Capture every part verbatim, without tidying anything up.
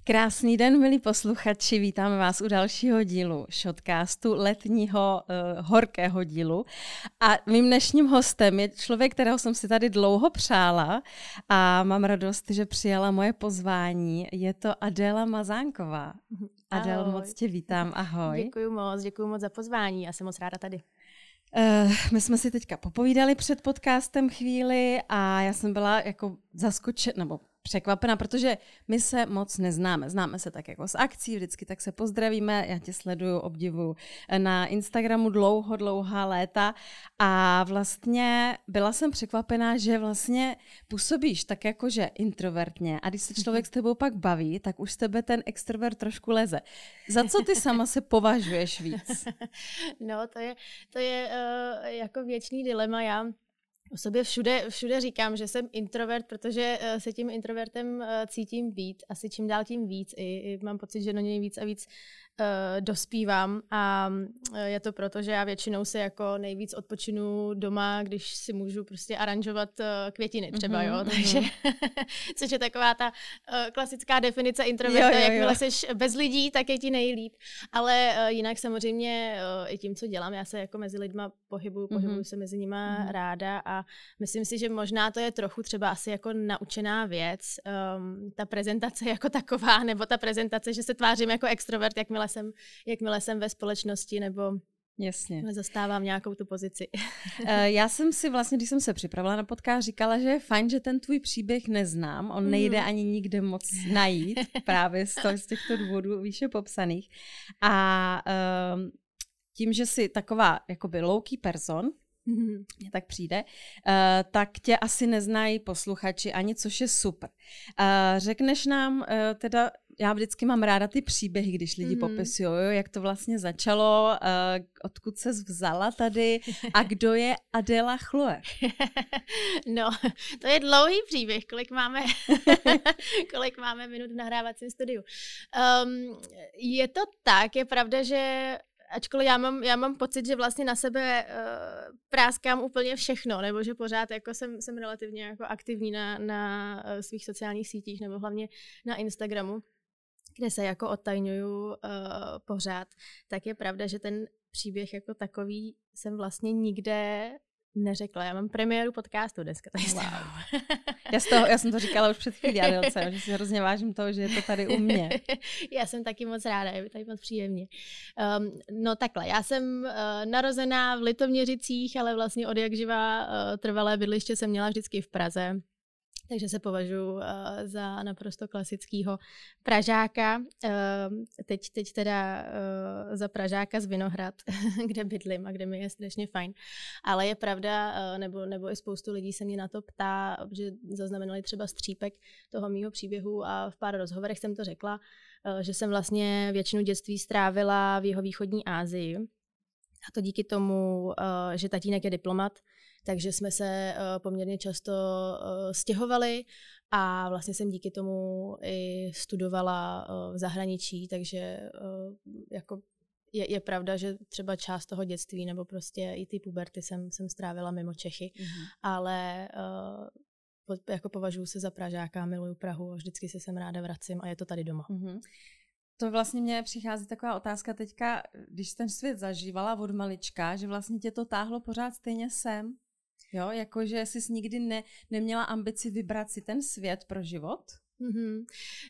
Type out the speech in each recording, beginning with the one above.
Krásný den, milí posluchači, vítáme vás u dalšího dílu Shotcastu, letního uh, horkého dílu. A mým dnešním hostem je člověk, kterého jsem si tady dlouho přála a mám radost, že přijala moje pozvání. Je to Adéla Mazánková. Adél, moc tě vítám, ahoj. Děkuju moc, děkuju moc za pozvání, já jsem moc ráda tady. Uh, my jsme si teďka popovídali před podcastem chvíli a já jsem byla jako zaskočena, nebo překvapena, protože my se moc neznáme. Známe se tak jako z akcí, vždycky tak se pozdravíme, já tě sleduju, obdivuju na Instagramu dlouho, dlouhá léta a vlastně byla jsem překvapená, že vlastně působíš tak jakože introvertně a když se člověk s tebou pak baví, tak už z tebe ten extrovert trošku leze. Za co ty sama se považuješ víc? No, to je, to je uh, jako věčný dilema. Já o sobě všude, všude říkám, že jsem introvert, protože uh, se tím introvertem uh, cítím být. Asi čím dál tím víc. I, i mám pocit, že do něj víc a víc uh, dospívám. A uh, je to proto, že já většinou se jako nejvíc odpočinu doma, když si můžu prostě aranžovat uh, květiny třeba, mm-hmm, jo. Takže, což je taková ta uh, klasická definice introverta. Jo, jo, jo. Jakmile seš bez lidí, tak je ti nejlíp. Ale uh, jinak samozřejmě uh, i tím, co dělám, já se jako mezi lidma pohybuju, pohybuju mm-hmm. se mezi nima mm-hmm. ráda a myslím si, že možná to je trochu třeba asi jako naučená věc, um, ta prezentace jako taková, nebo ta prezentace, že se tvářím jako extrovert, jakmile jsem, jakmile jsem ve společnosti, nebo Jasně. zastávám nějakou tu pozici. Já jsem si vlastně, když jsem se připravila na podcast, říkala, že je fajn, že ten tvůj příběh neznám, on nejde mm. ani nikde moc najít, právě z, toho, z těchto důvodů výše popsaných. A um, tím, že jsi taková jakoby low-key person, mně tak přijde, uh, tak tě asi neznají posluchači ani, což je super. Uh, řekneš nám uh, teda, já vždycky mám ráda ty příběhy, když lidi mm. popisují, jak to vlastně začalo, uh, odkud ses vzala tady a kdo je Adéla Chloe. No, to je dlouhý příběh, kolik máme, kolik máme minut v nahrávacím studiu. Um, je to tak, je pravda, že ačkoliv já mám, já mám pocit, že vlastně na sebe uh, práskám úplně všechno, nebo že pořád jako jsem, jsem relativně jako aktivní na, na uh, svých sociálních sítích, nebo hlavně na Instagramu, kde se jako odtajňuju uh, pořád, tak je pravda, že ten příběh jako takový jsem vlastně nikde neřekla. Já mám premiéru podcastu dneska. Wow. já, toho, já jsem to říkala už před chvílí, Adélce, že si hrozně vážím toho, že je to tady u mě. Já jsem taky moc ráda, je mi tady moc příjemně. Um, no takhle, já jsem uh, narozená v Litoměřicích, ale vlastně od jak živá uh, trvalé bydliště jsem měla vždycky v Praze. Takže se považuji uh, za naprosto klasického Pražáka. Uh, teď, teď teda uh, za Pražáka z Vinohrad, kde bydlím a kde mi je strašně fajn. Ale je pravda, uh, nebo, nebo i spoustu lidí se mě na to ptá, že zaznamenali třeba střípek toho mýho příběhu a v pár rozhovorech jsem to řekla, uh, že jsem vlastně většinu dětství strávila v jihovýchodní Asii. A to díky tomu, uh, že tatínek je diplomat, takže jsme se uh, poměrně často uh, stěhovali a vlastně jsem díky tomu i studovala uh, v zahraničí, takže uh, jako je, je pravda, že třeba část toho dětství nebo prostě i ty puberty jsem, jsem strávila mimo Čechy, mm-hmm. ale uh, po, jako považuji se za Pražáka, miluju Prahu a vždycky se sem ráda vracím a je to tady doma. Mm-hmm. To vlastně mě přichází taková otázka teďka, když ten svět zažívala od malička, že vlastně tě to táhlo pořád stejně sem. Jo, jakože jsi nikdy ne, neměla ambici vybrat si ten svět pro život? Mm-hmm.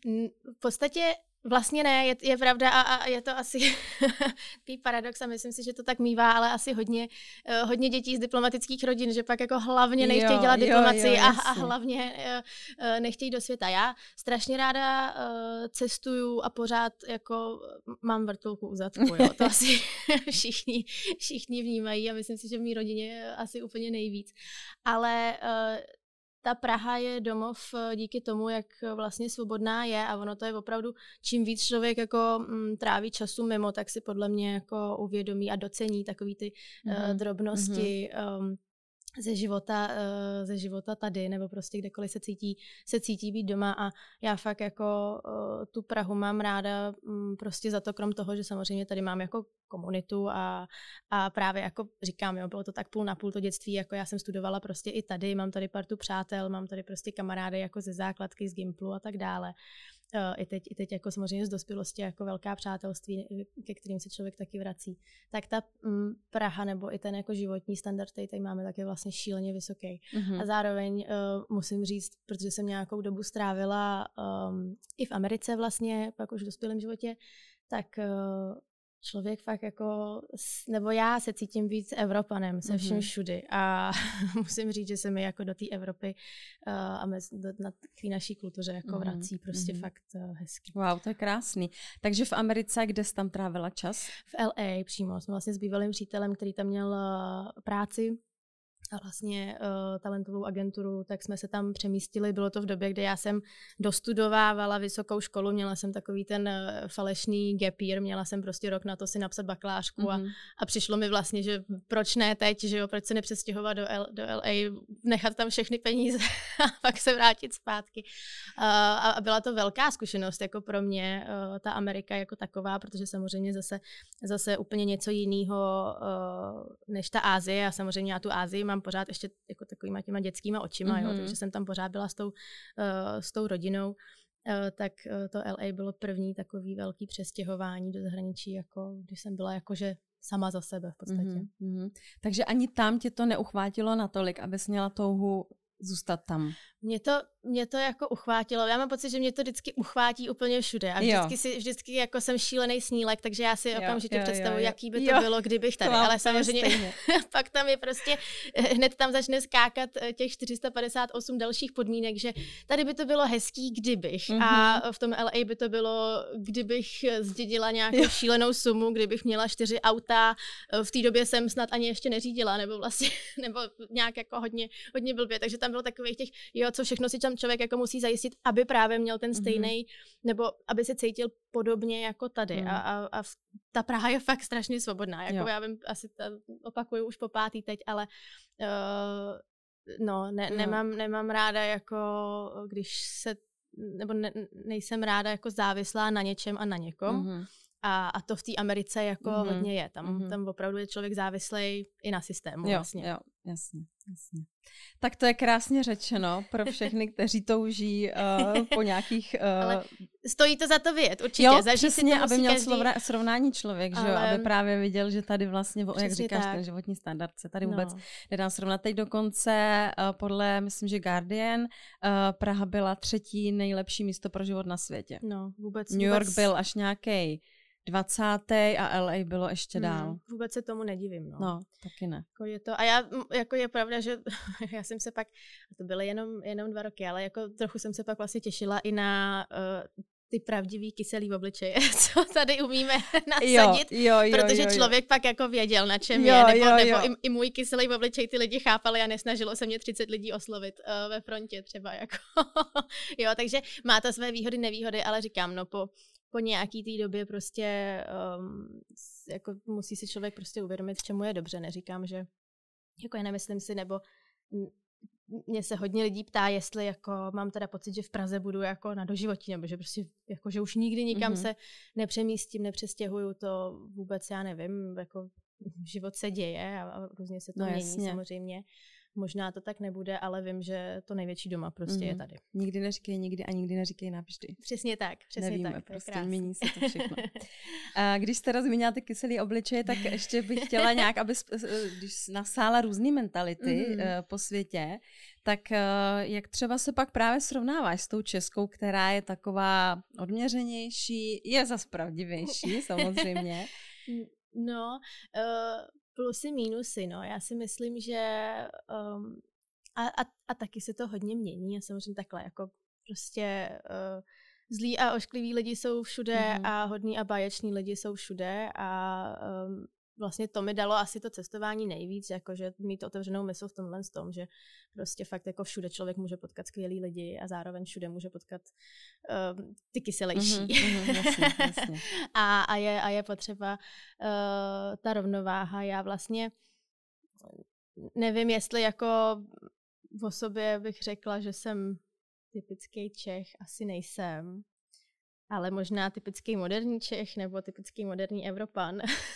V podstatě vlastně ne, je, je pravda a, a je to asi takový paradox a myslím si, že to tak mívá, ale asi hodně, uh, hodně dětí z diplomatických rodin, že pak jako hlavně nechtějí dělat diplomacii a, a hlavně uh, nechtějí do světa. Já strašně ráda uh, cestuju a pořád jako mám vrtulku u zadku, jo. To asi všichni, všichni vnímají a myslím si, že v mý rodině asi úplně nejvíc. Ale uh, ta Praha je domov díky tomu, jak vlastně svobodná je a ono to je opravdu, čím víc člověk jako m, tráví času mimo, tak si podle mě jako uvědomí a docení takový ty mm-hmm. uh, drobnosti mm-hmm. um, ze života, uh, ze života tady, nebo prostě kdekoliv se cítí, se cítí být doma a já fakt jako uh, tu Prahu mám ráda um, prostě za to, krom toho, že samozřejmě tady mám jako komunitu a, a právě jako říkám, jo, bylo to tak půl na půl to dětství, jako já jsem studovala prostě i tady, mám tady partu přátel, mám tady prostě kamarády jako ze základky, z Gimplu a tak dále. Uh, i, teď, I teď jako samozřejmě z dospělosti jako velká přátelství, ke kterým se člověk taky vrací. Tak ta m, Praha nebo i ten jako životní standard, který tady máme, tak je vlastně šíleně vysoký. Mm-hmm. A zároveň uh, musím říct, protože jsem nějakou dobu strávila um, i v Americe vlastně, pak už v dospělém životě, tak uh, člověk fakt jako, nebo já se cítím víc Evropanem se vším všudy a musím říct, že se mi jako do té Evropy uh, a mez, do, na té naší kultuře jako vrací prostě mm-hmm. fakt uh, hezky. Wow, to je krásný. Takže v Americe, kde jsi tam trávila čas? V L A přímo. Jsme vlastně s bývalým přítelem, který tam měl uh, práci a vlastně uh, talentovou agenturu, tak jsme se tam přemístili. Bylo to v době, kdy já jsem dostudovávala vysokou školu, měla jsem takový ten uh, falešný gap year, měla jsem prostě rok na to si napsat bakalářku mm-hmm. a, a přišlo mi vlastně, že proč ne teď, že jo, proč se nepřestěhovat do, L, do L A, nechat tam všechny peníze a pak se vrátit zpátky. Uh, a, a byla to velká zkušenost jako pro mě, uh, ta Amerika jako taková, protože samozřejmě zase, zase úplně něco jiného uh, než ta Asie a samozřejmě já tu Asii mám pořád ještě jako takovýma těma dětskýma očima, mm-hmm. jo, takže jsem tam pořád byla s tou, uh, s tou rodinou, uh, tak uh, to L A bylo první takový velký přestěhování do zahraničí, jako když jsem byla jakože sama za sebe v podstatě. Mm-hmm. Takže ani tam tě to neuchvátilo natolik, abys měla touhu zůstat tam? Mě to, mě to jako uchvátilo. Já mám pocit, že mě to vždycky uchvátí úplně všude. A vždycky, si, vždycky jako jsem šílený snílek, takže já si jo, okamžitě jo, představuji, jo, jo. jaký by to jo. bylo, kdybych tady. Ale samozřejmě pak tam je prostě, hned tam začne skákat těch čtyři sta padesát osm dalších podmínek, že tady by to bylo hezký, kdybych. Mm-hmm. A v tom L A by to bylo, kdybych zdědila nějakou jo. šílenou sumu, kdybych měla čtyři auta. V té době jsem snad ani ještě neřídila, nebo vlastně, nebo nějak jako hodně, hodně blbě. Takže tam bylo takových těch, jo, co všechno si tam člověk jako musí zajistit, aby právě měl ten stejný, mm-hmm. nebo aby se cítil podobně jako tady. Mm. A, a, a ta Praha je fakt strašně svobodná. Jako já vím, asi to opakuju už po pátý teď, ale uh, no, ne, nemám, nemám ráda jako, když se, nebo ne, nejsem ráda jako závislá na něčem a na někom. Mm-hmm. A, a to v té Americe jako mm-hmm. hodně je. Tam, mm-hmm. tam opravdu je člověk závislej i na systému. Jo, vlastně. jo, jasně, jasně. Tak to je krásně řečeno pro všechny, kteří touží uh, po nějakých... Uh... Ale stojí to za to vědět, určitě. Jo, Zažij přesně, si to aby měl každý... srovnání člověk, ale... že jo, aby právě viděl, že tady vlastně, přesně jak říkáš, tak. ten životní standard se tady vůbec no. nedá srovnat. Teď dokonce uh, podle, myslím, že Guardian, uh, Praha byla třetí nejlepší místo pro život na světě. No, vůbec. New York vůbec... byl až nějaký dvacátý a L A bylo ještě dál. Hmm, vůbec se tomu nedivím. No, no taky ne. Jako je to, a já, jako je pravda, že já jsem se pak, to byly jenom, jenom dva roky, ale jako trochu jsem se pak vlastně těšila i na uh, ty pravdivý kyselý obličeje, co tady umíme nasadit, jo, jo, jo, protože jo, jo. člověk pak jako věděl, na čem jo, je, nebo, jo, nebo jo. I, i můj kyselý obličej ty lidi chápali a nesnažilo se mě třicet lidí oslovit uh, ve frontě třeba. Jako. Jo, takže má to své výhody, nevýhody, ale říkám, no po po nějaký té době prostě um, jako musí si člověk prostě uvědomit, čemu je dobře. Neříkám, že jako já nemyslím si, nebo mě se hodně lidí ptá, jestli jako mám teda pocit, že v Praze budu jako na doživotí, nebo že prostě jako, že už nikdy nikam mm-hmm. se nepřemístím, nepřestěhuju, to vůbec já nevím, jako život se děje a, a různě se to no, mění jasně. samozřejmě. Možná to tak nebude, ale vím, že to největší doma prostě mm. je tady. Nikdy neříkej nikdy a nikdy neříkej navždy. Přesně tak, přesně Nevíme, tak. Prostě mění se to všechno. A když jste teda zmínila ty kyselý obličeje, tak ještě bych chtěla nějak, aby když nasála různý mentality mm. po světě, tak jak třeba se pak právě srovnáváš s tou českou, která je taková odměřenější, je zas pravdivější samozřejmě. No, uh... plusy, mínusy, no. Já si myslím, že um, a, a, a taky se to hodně mění a samozřejmě takhle, jako prostě uh, zlí a oškliví lidi jsou všude mm-hmm. a hodní a báječní lidi jsou všude a um, vlastně to mi dalo asi to cestování nejvíc, jakože mít otevřenou mysl v tomhle tom, že prostě fakt jako všude člověk může potkat skvělý lidi a zároveň všude může potkat um, ty kyselejší. Mm-hmm, mm-hmm, jasně, jasně. a, a, je, a je potřeba uh, ta rovnováha. Já vlastně nevím, jestli jako o sobě bych řekla, že jsem typický Čech, asi nejsem. Ale možná typický moderní Čech nebo typický moderní Evropan,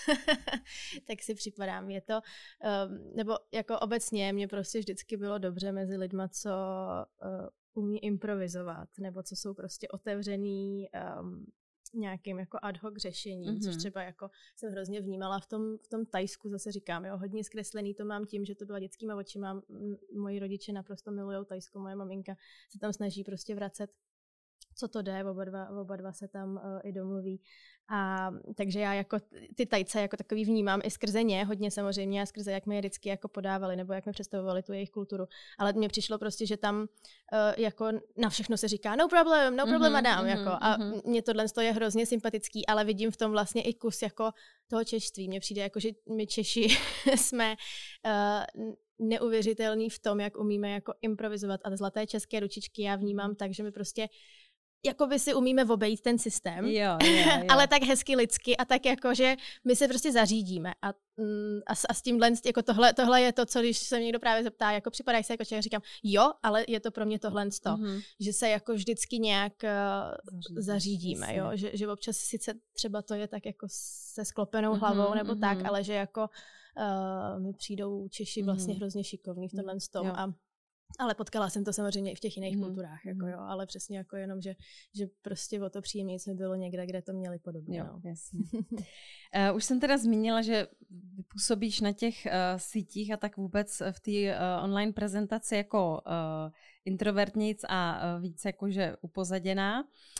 tak si připadám. Je to, um, nebo jako obecně mě prostě vždycky bylo dobře mezi lidma, co uh, umí improvizovat, nebo co jsou prostě otevřený um, nějakým jako ad hoc řešením, mm-hmm. což třeba jako jsem hrozně vnímala v tom, v tom Thajsku, zase říkám, jo, hodně zkreslený to mám tím, že to byla dětskýma očima, moji rodiče naprosto milujou Thajsko, moje maminka se tam snaží prostě vracet, co to jde, oba dva, oba dva se tam uh, i domluví. A takže já jako ty Tajce jako takový vnímám i skrze ně, hodně samozřejmě a skrze jak mi je vždycky jako podávali nebo jak mi představovali tu jejich kulturu. Ale mně přišlo prostě, že tam uh, jako na všechno se říká no problem, no problem, mm-hmm, madam. Mm-hmm, jako. A mm-hmm. mě tohle je hrozně sympatický, ale vidím v tom vlastně i kus jako toho češství. Mně přijde jako, že my Češi jsme uh, neuvěřitelný v tom, jak umíme jako improvizovat a zlaté české ručičky já vnímám tak, že my prostě jako by si umíme obejít ten systém, jo, jo, jo. ale tak hezky lidsky a tak jako, že my se prostě zařídíme a, a, a s tímhle, jako tohle, tohle je to, co když se mě někdo právě zeptá, jako připadáš se jako člověk, říkám, jo, ale je to pro mě tohle to, mm-hmm. že se jako vždycky nějak uh, zařídíme, jo, že, že občas sice třeba to je tak jako se sklopenou mm-hmm, hlavou nebo mm-hmm. tak, ale že jako uh, mi přijdou Češi vlastně mm-hmm. hrozně šikovní v tomhle tom a ale potkala jsem to samozřejmě i v těch jiných mm. kulturách, jako jo, ale přesně jako jenom, že, že prostě o to příjemnější bylo někde, kde to měli podobně. Jo, no. jasně. uh, už jsem teda zmínila, že působíš na těch uh, sítích a tak vůbec v té uh, online prezentaci jako uh, introvertnic a uh, víc jakože upozaděná.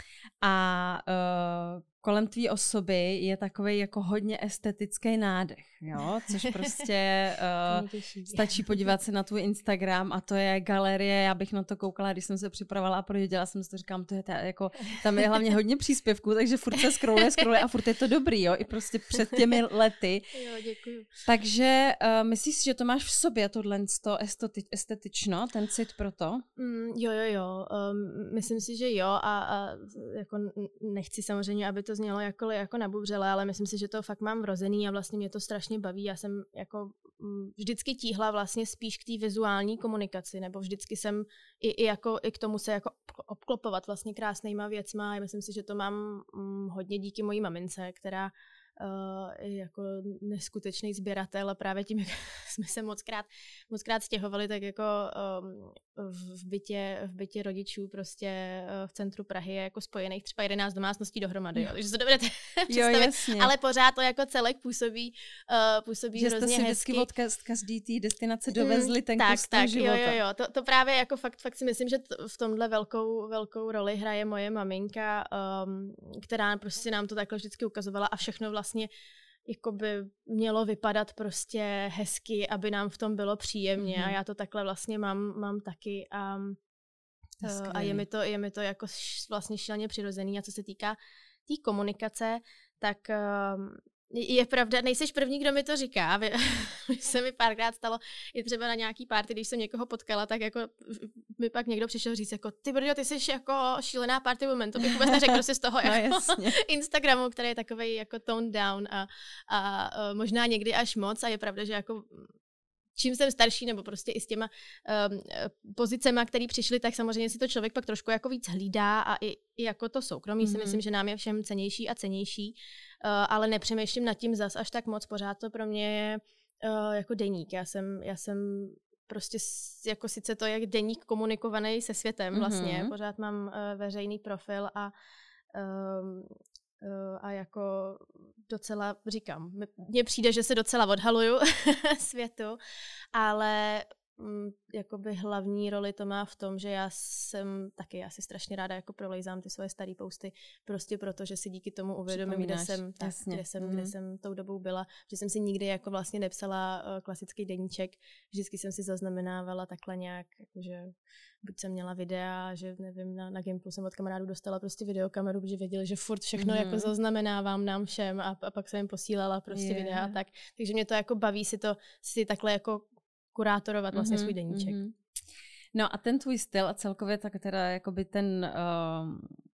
A uh, kolem tvý osoby je takový jako hodně estetický nádech, jo, což prostě uh, stačí podívat se na tvůj Instagram a to je galerie, já bych na to koukala, když jsem se připravovala a projížděla jsem si to, říkám, to je ta, jako, tam je hlavně hodně příspěvků, takže furt se scrolluje, scrolluje a furt je to dobrý, jo, i prostě před těmi lety. Jo, děkuju. Takže uh, myslíš si, že to máš v sobě, tohle esteti- estetično, ten cit pro to? Mm, jo, jo, jo, um, myslím si, že jo a, a jako nechci samozřejmě, aby to znělo jako, jako nabubřele, ale myslím si, že to fakt mám vrozený a vlastně mě to strašně baví. Já jsem jako vždycky tíhla vlastně spíš k té vizuální komunikaci, nebo vždycky jsem i, i, jako, i k tomu se jako obklopovat vlastně krásnýma věcma a myslím si, že to mám hm, hodně díky mojí mamince, která Uh, jako neskutečný sběratel a právě tím, jak jsme se mockrát, mockrát stěhovali, tak jako um, v, bytě, v bytě rodičů prostě uh, v centru Prahy je jako spojených třeba jedenáct domácností dohromady, jo. Takže se dovedete představit, ale pořád to jako celek působí, uh, působí že hrozně hezky. Že jste si vždycky od každý té destinace dovezli mm, ten tak, kus tak, života. Jo, jo, jo. To, to právě jako fakt, fakt si myslím, že to, v tomhle velkou, velkou roli hraje moje maminka, um, která prostě nám to takhle vždycky ukazovala a všechno vlastně vlastně jako by mělo vypadat prostě hezky, aby nám v tom bylo příjemně mm. a já to takhle vlastně mám, mám taky a, a je mi to, je mi to jako vlastně šíleně přirozený a co se týká té tý komunikace, tak je pravda, nejseš první, kdo mi to říká. Se mi párkrát stalo i třeba na nějaký party, když jsem někoho potkala, tak jako mi pak někdo přišel říct jako ty brďo, ty jsi jako šílená party woman, to bych vůbec neřekl prostě z toho jako no, Instagramu, který je takovej jako toned down a, a, a možná někdy až moc a je pravda, že jako čím jsem starší, nebo prostě i s těma um, pozicema, které přišly, tak samozřejmě si to člověk pak trošku jako víc hlídá a i, i jako to soukromí mm-hmm. si myslím, že nám je všem cenější a cenější, uh, ale nepřemýšlím nad tím zas až tak moc, pořád to pro mě je uh, jako deník. Já jsem, já jsem prostě jako sice to je deník komunikovaný se světem vlastně, mm-hmm. pořád mám uh, veřejný profil a um, a jako docela, říkám, mně přijde, že se docela odhaluju světu, ale m, jakoby hlavní roli to má v tom, že já jsem taky, já si strašně ráda jako prolejzám ty svoje staré posty, prostě proto, že si díky tomu uvědomím, kde jsem, tak, kde, jsem, mm. kde jsem tou dobou byla, že jsem si nikdy jako vlastně nepsala uh, klasický deníček, vždycky jsem si zaznamenávala takhle nějak, jakože buď jsem měla videa, že nevím, na, na Gimplu jsem od kamarádů dostala prostě videokameru, protože věděli, že furt všechno mm. jako zaznamenávám nám všem a, a pak jsem jim posílala prostě yeah. videa a tak. Takže mě to jako baví si to si takhle jako kurátorovat vlastně mm-hmm, svůj deníček. Mm-hmm. No a ten tvůj styl a celkově tak teda jakoby ten uh,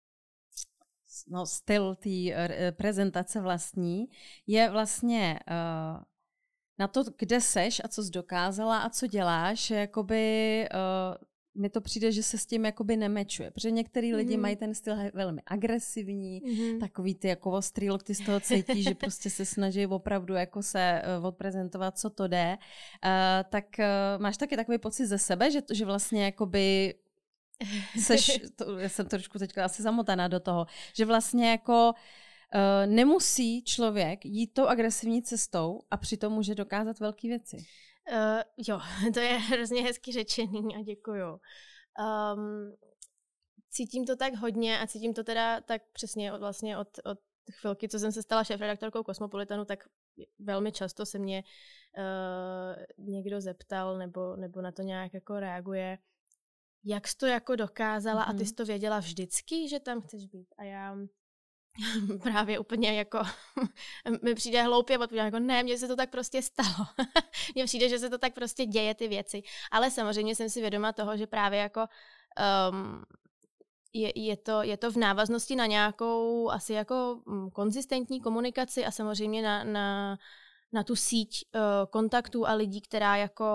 no, styl té uh, prezentace vlastní je vlastně uh, na to, kde seš a co jsi dokázala a co děláš, jakoby uh, mně to přijde, že se s tím jakoby nemečuje, protože některý mm-hmm. lidi mají ten styl velmi agresivní, mm-hmm. takový ty jako ostrý lokty z toho cítí, že prostě se snaží opravdu jako se uh, odprezentovat, co to jde. Uh, tak uh, máš taky takový pocit ze sebe, že, že vlastně jakoby Seš, to, já jsem trošku teďka asi zamotaná do toho, že vlastně jako uh, nemusí člověk jít tou agresivní cestou a přitom může dokázat velké věci. Uh, jo, to je hrozně hezky řečený a děkuju. Um, cítím to tak hodně a cítím to teda tak přesně od, vlastně od, od chvilky, co jsem se stala šéfredaktorkou Kosmopolitanu, tak velmi často se mě uh, někdo zeptal nebo, nebo na to nějak jako reaguje, jak jsi to jako dokázala mm-hmm. a ty jsi to věděla vždycky, že tam chceš být. A já právě úplně jako mi přijde hloupě, protože jako ne, mně se to tak prostě stalo. Mně přijde, že se to tak prostě děje ty věci. Ale samozřejmě jsem si vědoma toho, že právě jako um, je, je, to, je to v návaznosti na nějakou asi jako um, konzistentní komunikaci a samozřejmě na, na, na tu síť uh, kontaktů a lidí, která jako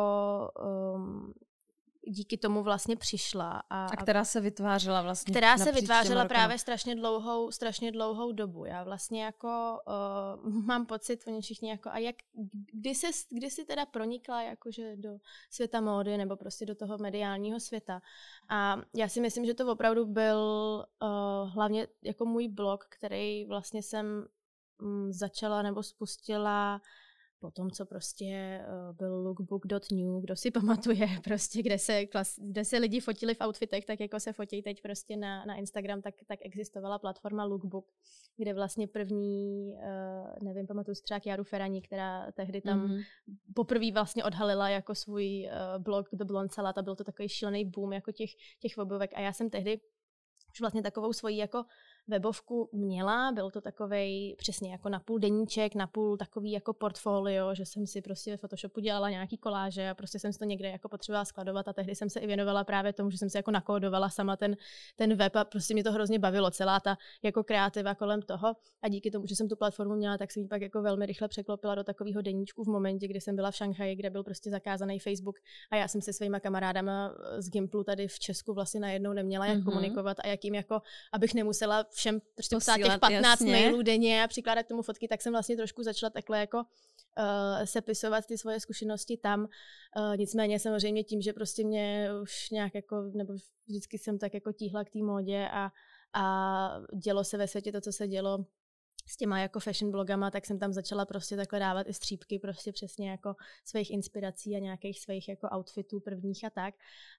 um, díky tomu vlastně přišla. A, a která se vytvářela vlastně. Která se vytvářela právě strašně dlouhou, strašně dlouhou dobu. Já vlastně jako uh, mám pocit, oni všichni jako, a jak, kdy, se, kdy jsi teda pronikla jakože do světa módy nebo prostě do toho mediálního světa. A já si myslím, že to opravdu byl uh, hlavně jako můj blog, který vlastně jsem um, začala nebo spustila po tom, co prostě uh, byl lookbook dot new, kdo si pamatuje, prostě, kde se, klas, kde se lidi fotili v outfitech, tak jako se fotí teď prostě na, na Instagram, tak, tak existovala platforma Lookbook, kde vlastně první, uh, nevím, pamatuju si třeba Kiaru Ferrani, která tehdy tam mm-hmm. poprvé vlastně odhalila jako svůj uh, blog The Blonde Salad a byl to takový šílený boom jako těch, těch webovek a já jsem tehdy už vlastně takovou svoji jako webovku měla, byl to takovej přesně jako napůl deníček, napůl takový jako portfolio, že jsem si prostě ve Photoshopu dělala nějaký koláže a prostě jsem si to někde jako potřebovala skladovat a tehdy jsem se i věnovala právě tomu, že jsem si jako nakódovala sama ten, ten web a prostě mě to hrozně bavilo, celá ta jako kreativa kolem toho a díky tomu, že jsem tu platformu měla, tak jsem ji pak jako velmi rychle překlopila do takového deníčku v momentě, kdy jsem byla v Šanghaji, kde byl prostě zakázaný Facebook a já jsem se svýma kamarádama z Gimplu tady v Česku vlastně najednou neměla jak mm-hmm. komunikovat a jak jim jako, abych nemusela všem prostě psát těch patnáct jasně. mailů denně a přikládat k tomu fotky, tak jsem vlastně trošku začala takhle jako uh, sepisovat ty svoje zkušenosti tam. Uh, nicméně samozřejmě tím, že prostě mě už nějak jako, nebo vždycky jsem tak jako tíhla k té módě a, a dělo se ve světě to, co se dělo s těma jako fashion blogama, tak jsem tam začala prostě takhle dávat i střípky prostě přesně jako svých inspirací a nějakých svých jako outfitů prvních a tak.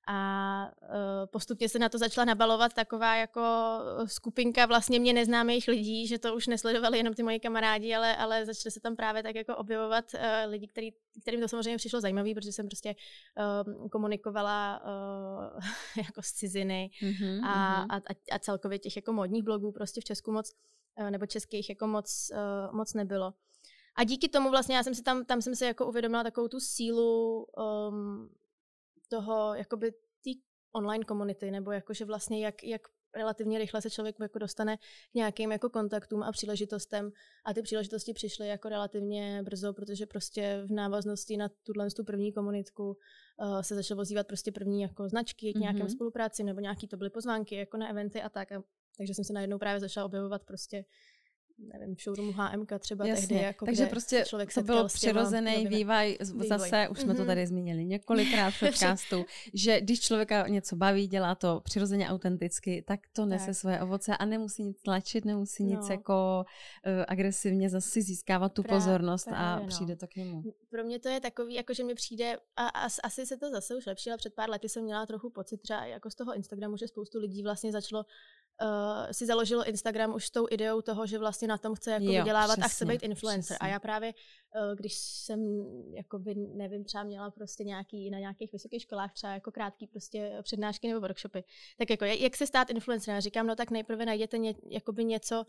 A uh, postupně se na to začala nabalovat taková jako skupinka vlastně mě neznámých lidí, že to už nesledovali jenom ty moji kamarádi, ale, ale začaly se tam právě tak jako objevovat uh, lidi, který, kterým to samozřejmě přišlo zajímavý, protože jsem prostě uh, komunikovala uh, jako z ciziny mm-hmm, a, mm-hmm. a, a celkově těch jako módních blogů prostě v Česku moc nebo českých jako moc, uh, moc nebylo. A díky tomu vlastně já jsem si tam, tam jsem si jako uvědomila takovou tu sílu um, toho jakoby té online komunity, nebo jakože vlastně jak, jak relativně rychle se člověk jako dostane k nějakým jako kontaktům a příležitostem a ty příležitosti přišly jako relativně brzo, protože prostě v návaznosti na tuhle tu první komunitku uh, se začalo ozývat prostě první jako značky k nějakým mm-hmm. spolupráci nebo nějaký to byly pozvánky jako na eventy a tak. A takže jsem se najednou právě začala objevovat prostě, nevím, v showroomu H M K třeba jasně. tehdy. Jako takže prostě člověk to byl přirozený vývoj, zase už jsme mm-hmm. to tady zmínili několikrát v podcastu, že když člověka něco baví, dělá to přirozeně autenticky, tak to nese tak. svoje ovoce a nemusí nic tlačit, nemusí no. nic jako uh, agresivně zase získávat tu právě, pozornost právě, a přijde no. to k němu. Pro mě to je takový, jako že mi přijde, a, a asi se to zase už lepší, ale před pár lety jsem měla trochu pocit třeba jako z toho Instagramu, že spoustu lidí vlastně začalo Uh, si založilo Instagram už s tou ideou toho, že vlastně na tom chce jako jo, vydělávat přesně, a chce být influencer. Přesně. A já právě, uh, když jsem, jakoby, nevím, třeba měla prostě nějaký, na nějakých vysokých školách třeba jako krátký prostě přednášky nebo workshopy, tak jako jak se stát influencerem? Já říkám, no tak nejprve najděte ně, jakoby něco,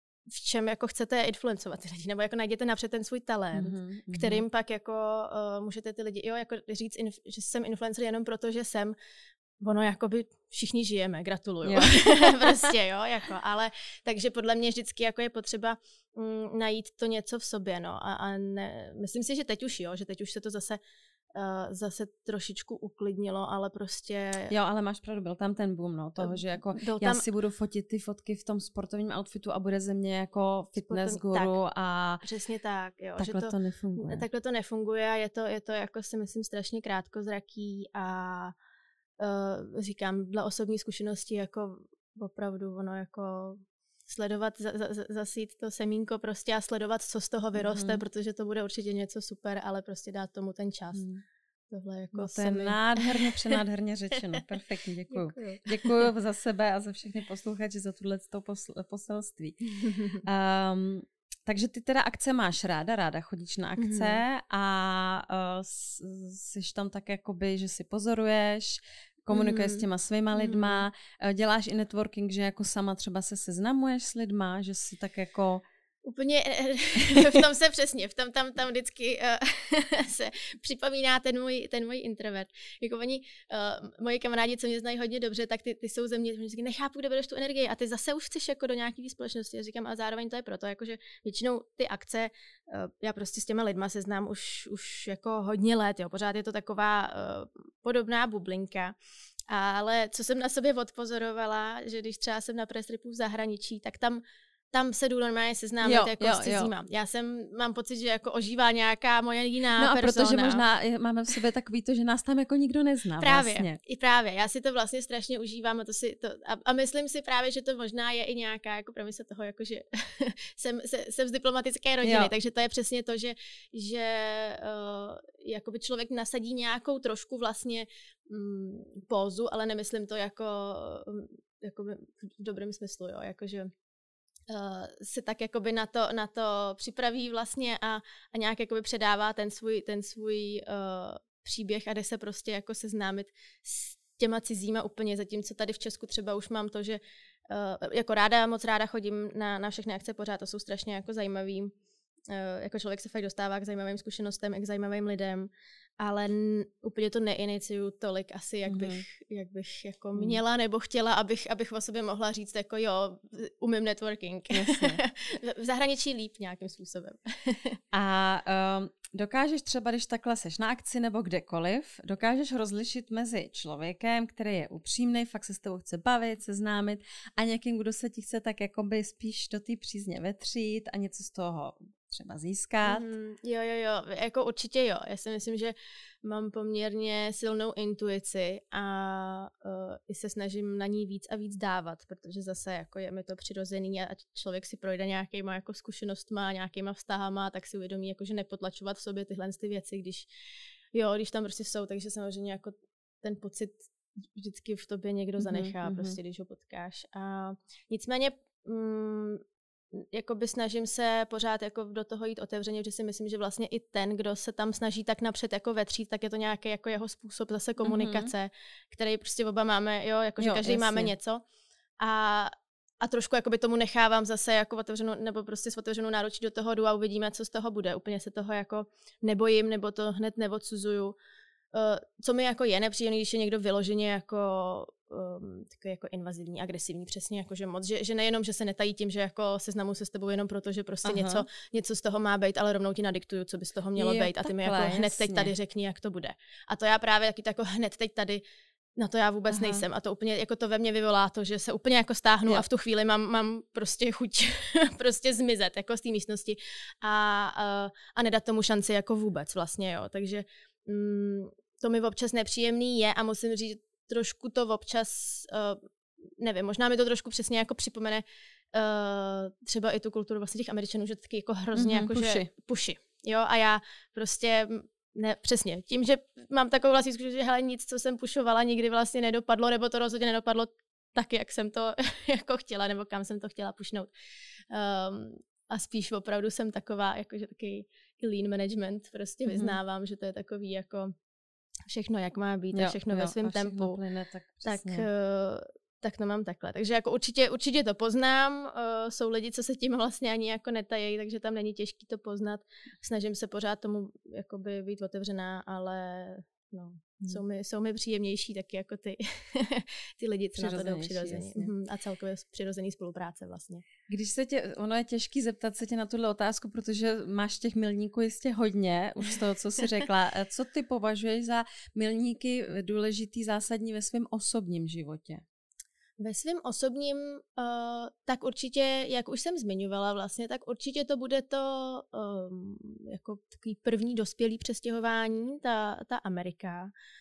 v čem jako chcete influencovat ty lidi, nebo jako najděte napřed ten svůj talent, mm-hmm. kterým pak jako uh, můžete ty lidi, jo, jako říct, inf- že jsem influencer jenom proto, že jsem. Ono jakoby všichni žijeme, gratuluju. Jo. prostě, jo, jako, ale takže podle mě vždycky jako je potřeba mm, najít to něco v sobě, no, a, a ne, myslím si, že teď už jo, že teď už se to zase uh, zase trošičku uklidnilo, ale prostě... Jo, ale máš pravdu, byl tam ten boom, no, toho, že jako já tam... si budu fotit ty fotky v tom sportovním outfitu a bude ze mě jako fitness Sportovní, guru tak, a... Přesně tak, jo. Takhle že to, to nefunguje. Takhle to nefunguje a je to, je to jako si myslím strašně krátkozraký a uh, říkám, dle osobní zkušenosti jako opravdu ono jako sledovat, za, za, zasít to semínko prostě a sledovat, co z toho vyroste, mm. protože to bude určitě něco super, ale prostě dát tomu ten čas. Mm. Tohle jako no to je mi... nádherně, přenádherně řečeno. Perfektně, děkuju. Děkuju. Děkuju za sebe a za všechny posluchače za tohleto posl- poselství. Um, takže ty teda akce máš ráda, ráda chodíš na akce mm-hmm. a uh, jsi tam tak jakoby, že si pozoruješ, komunikuješ mm-hmm. s těma svýma lidma, mm-hmm. děláš i networking, že jako sama třeba se seznamuješ s lidma, že si tak jako... Úplně v tom se přesně, v tom tam, tam vždycky uh, se připomíná ten můj, ten můj introvert. Jako oni, uh, moji kamarádi, co mě znají hodně dobře, tak ty, ty jsou ze mě, že nechápu, kde bereš tu energii a ty zase už chceš jako do nějaký společnosti. Já říkám, a zároveň to je proto, jakože většinou ty akce, uh, já prostě s těma lidma se znám už, už jako hodně let, jo, pořád je to taková uh, podobná bublinka. Ale co jsem na sobě odpozorovala, že když třeba jsem na press tripu v zahraničí, tak tam tam se jdu normálně seznámit jo, jako jo, s cizíma. Já jsem, mám pocit, že jako ožívá nějaká moje jiná no a persona. protože možná máme v sobě takový to, že nás tam jako nikdo nezná právě, vlastně. I právě. Já si to vlastně strašně užívám a, to si, to, a, a myslím si právě, že to možná je i nějaká jako premisa toho, jako že jsem, se, jsem z diplomatické rodiny, jo. takže to je přesně to, že, že uh, jakoby člověk nasadí nějakou trošku vlastně mm, pózu, ale nemyslím to jako, jako v dobrém smyslu, jo, jakože Uh, se tak jakoby na to, na to připraví vlastně a, a nějak jakoby předává ten svůj, ten svůj uh, příběh a jde se prostě jako seznámit s těma cizíma úplně, zatímco tady v Česku třeba už mám to, že uh, jako ráda, moc ráda chodím na, na všechny akce pořád, to jsou strašně jako zajímavý. Uh, jako člověk se fakt dostává k zajímavým zkušenostem, k zajímavým lidem, ale n- úplně to neiniciuju tolik asi, jak bych, mm. jak bych jako měla nebo chtěla, abych, abych o sobě mohla říct jako jo, umím networking. V zahraničí líp nějakým způsobem. A um, dokážeš třeba, když takhle seš na akci nebo kdekoliv, dokážeš rozlišit mezi člověkem, který je upřímný, fakt se s tebou chce bavit, seznámit a někým, kdo se ti chce tak jakoby spíš do té přízně vetřít a něco z toho třeba získat. Mm, jo, jo, jo, jako určitě jo. Já si myslím, že mám poměrně silnou intuici a uh, i se snažím na ní víc a víc dávat, protože zase jako je mi to přirozený a člověk si projde nějakýma jako zkušenostma, nějakýma vztahama, tak si uvědomí, jako, že nepotlačovat v sobě tyhle ty věci, když, jo, když tam prostě jsou, takže samozřejmě jako ten pocit vždycky v tobě někdo mm-hmm, zanechá, mm-hmm. prostě, když ho potkáš. A nicméně mm, jakoby snažím se pořád jako do toho jít otevřeně, protože si myslím, že vlastně i ten, kdo se tam snaží tak napřed jako vetřít, tak je to nějaký jako jeho způsob zase komunikace, mm-hmm. který prostě oba máme, jo, jakože každý jasně. máme něco. A, a trošku jakoby tomu nechávám zase jako otevřenou, nebo prostě s otevřenou náručí do toho jdu a uvidíme, co z toho bude. Úplně se toho jako nebojím, nebo to hned neodsuzuju. Uh, co mi jako je nepříjemný, když je někdo vyloženě jako um, takový jako invazivní, agresivní, přesně jako, že moc, že, že nejenom, že se netají tím, že jako seznamu se s tebou jenom proto, že prostě něco, něco z toho má být, ale rovnou ti nadiktuju, co by z toho mělo být a ty mi jako jasně. hned teď tady řekni, jak to bude. A to já právě taky jako hned teď tady na to já vůbec Aha. nejsem a to úplně jako to ve mně vyvolá to, že se úplně jako stáhnu jo. a v tu chvíli mám, mám prostě chuť prostě zmizet jako z té místnosti a, a, a nedat tomu šanci jako vůbec vlastně, jo. Takže mm, to mi občas nepříjemný je a musím říct, trošku to občas, uh, nevím, možná mi to trošku přesně jako připomene uh, třeba i tu kulturu vlastně těch Američanů, že taky jako hrozně mm-hmm, jako, puši. že puši, jo, a já prostě ne, přesně, tím, že mám takovou vlastní zkušenost, že hele, nic, co jsem pušovala, nikdy vlastně nedopadlo, nebo to rozhodně nedopadlo tak, jak jsem to jako chtěla, nebo kam jsem to chtěla pušnout. Um, a spíš opravdu jsem taková, jakože taky lean management prostě mm-hmm. vyznávám, že to je takový jako všechno, jak má být, jo, a všechno jo, ve svém tempu. Plyne, tak, tak, uh, tak to mám takhle. Takže jako určitě, určitě to poznám. Uh, jsou lidi, co se tím vlastně ani jako netají, takže tam není těžký to poznat. Snažím se pořád tomu jakoby být otevřená, ale no, hmm. jsou, mi, jsou mi příjemnější taky jako ty, ty lidi, co na to jdou přirozeně. Mm-hmm. A celkově přirozený spolupráce vlastně. Když se tě, ono je těžký zeptat se tě na tuhle otázku, protože máš těch milníků jistě hodně, už z toho, co jsi řekla. Co ty považuješ za milníky důležitý, zásadní ve svém osobním životě? Ve svém osobním, uh, tak určitě, jak už jsem zmiňovala vlastně, tak určitě to bude to um, jako takový první dospělý přestěhování, ta, ta Amerika.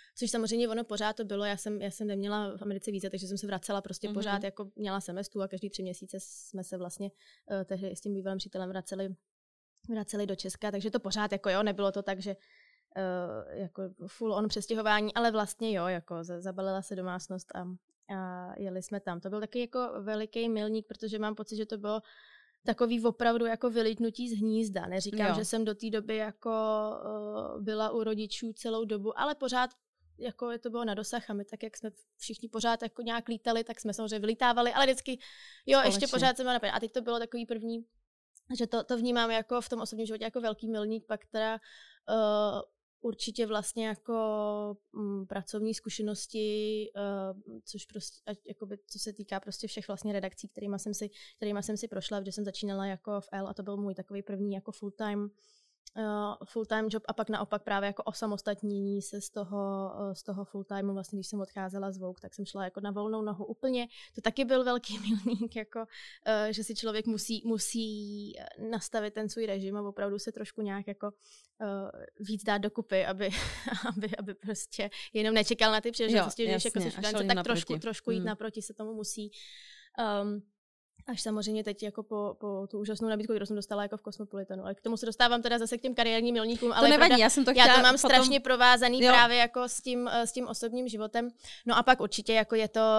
Což samozřejmě ono pořád to bylo, já jsem, já jsem neměla v Americe víza, takže jsem se vracela prostě mm-hmm. pořád, jako měla semestru a každý tři měsíce jsme se vlastně uh, tehdy s tím bývalým přítelem vraceli, vraceli do Česka, takže to pořád jako jo, nebylo to tak, že uh, jako full on přestěhování, ale vlastně jo, jako zabalila se domácnost a, a jeli jsme tam. To byl taky jako veliký milník, protože mám pocit, že to bylo takový opravdu jako vylítnutí z hnízda. Neříkám, jo. že jsem do té doby jako uh, byla u rodičů celou dobu, ale pořád jako je to bylo na dosah a my tak, jak jsme všichni pořád jako nějak lítali, tak jsme samozřejmě vylítávali, ale vždycky, jo, Společně. ještě pořád jsem byla napadla. A teď to bylo takový první, že to, to vnímám jako v tom osobním životě jako velký milník, pak teda uh, určitě vlastně jako m, pracovní zkušenosti, uh, což prostě, ať, jakoby, co se týká prostě všech vlastně redakcí, kterýma jsem si, kterýma jsem si prošla, protože jsem začínala jako v L a to byl můj takový první jako full-time Uh, full-time job a pak naopak právě jako osamostatnění se z toho, uh, z toho full-timeu, vlastně když jsem odcházela z Vogue, tak jsem šla jako na volnou nohu úplně. To taky byl velký milník, jako, uh, že si člověk musí, musí nastavit ten svůj režim a opravdu se trošku nějak jako uh, víc dát dokupy, aby, aby, aby prostě jenom nečekal na ty příležitosti, že jako se tak naproti. trošku, trošku jít hmm. naproti se tomu musí. Um, Až samozřejmě teď jako po, po tu úžasnou nabídku, kterou jsem dostala jako v Cosmopolitanu. Ale k tomu se dostávám teda zase k těm kariérním milníkům. Ale to nevadí, pravda, já jsem to chtěla. Já to mám potom... strašně provázaný jo. právě jako s tím, s tím osobním životem. No a pak určitě jako je to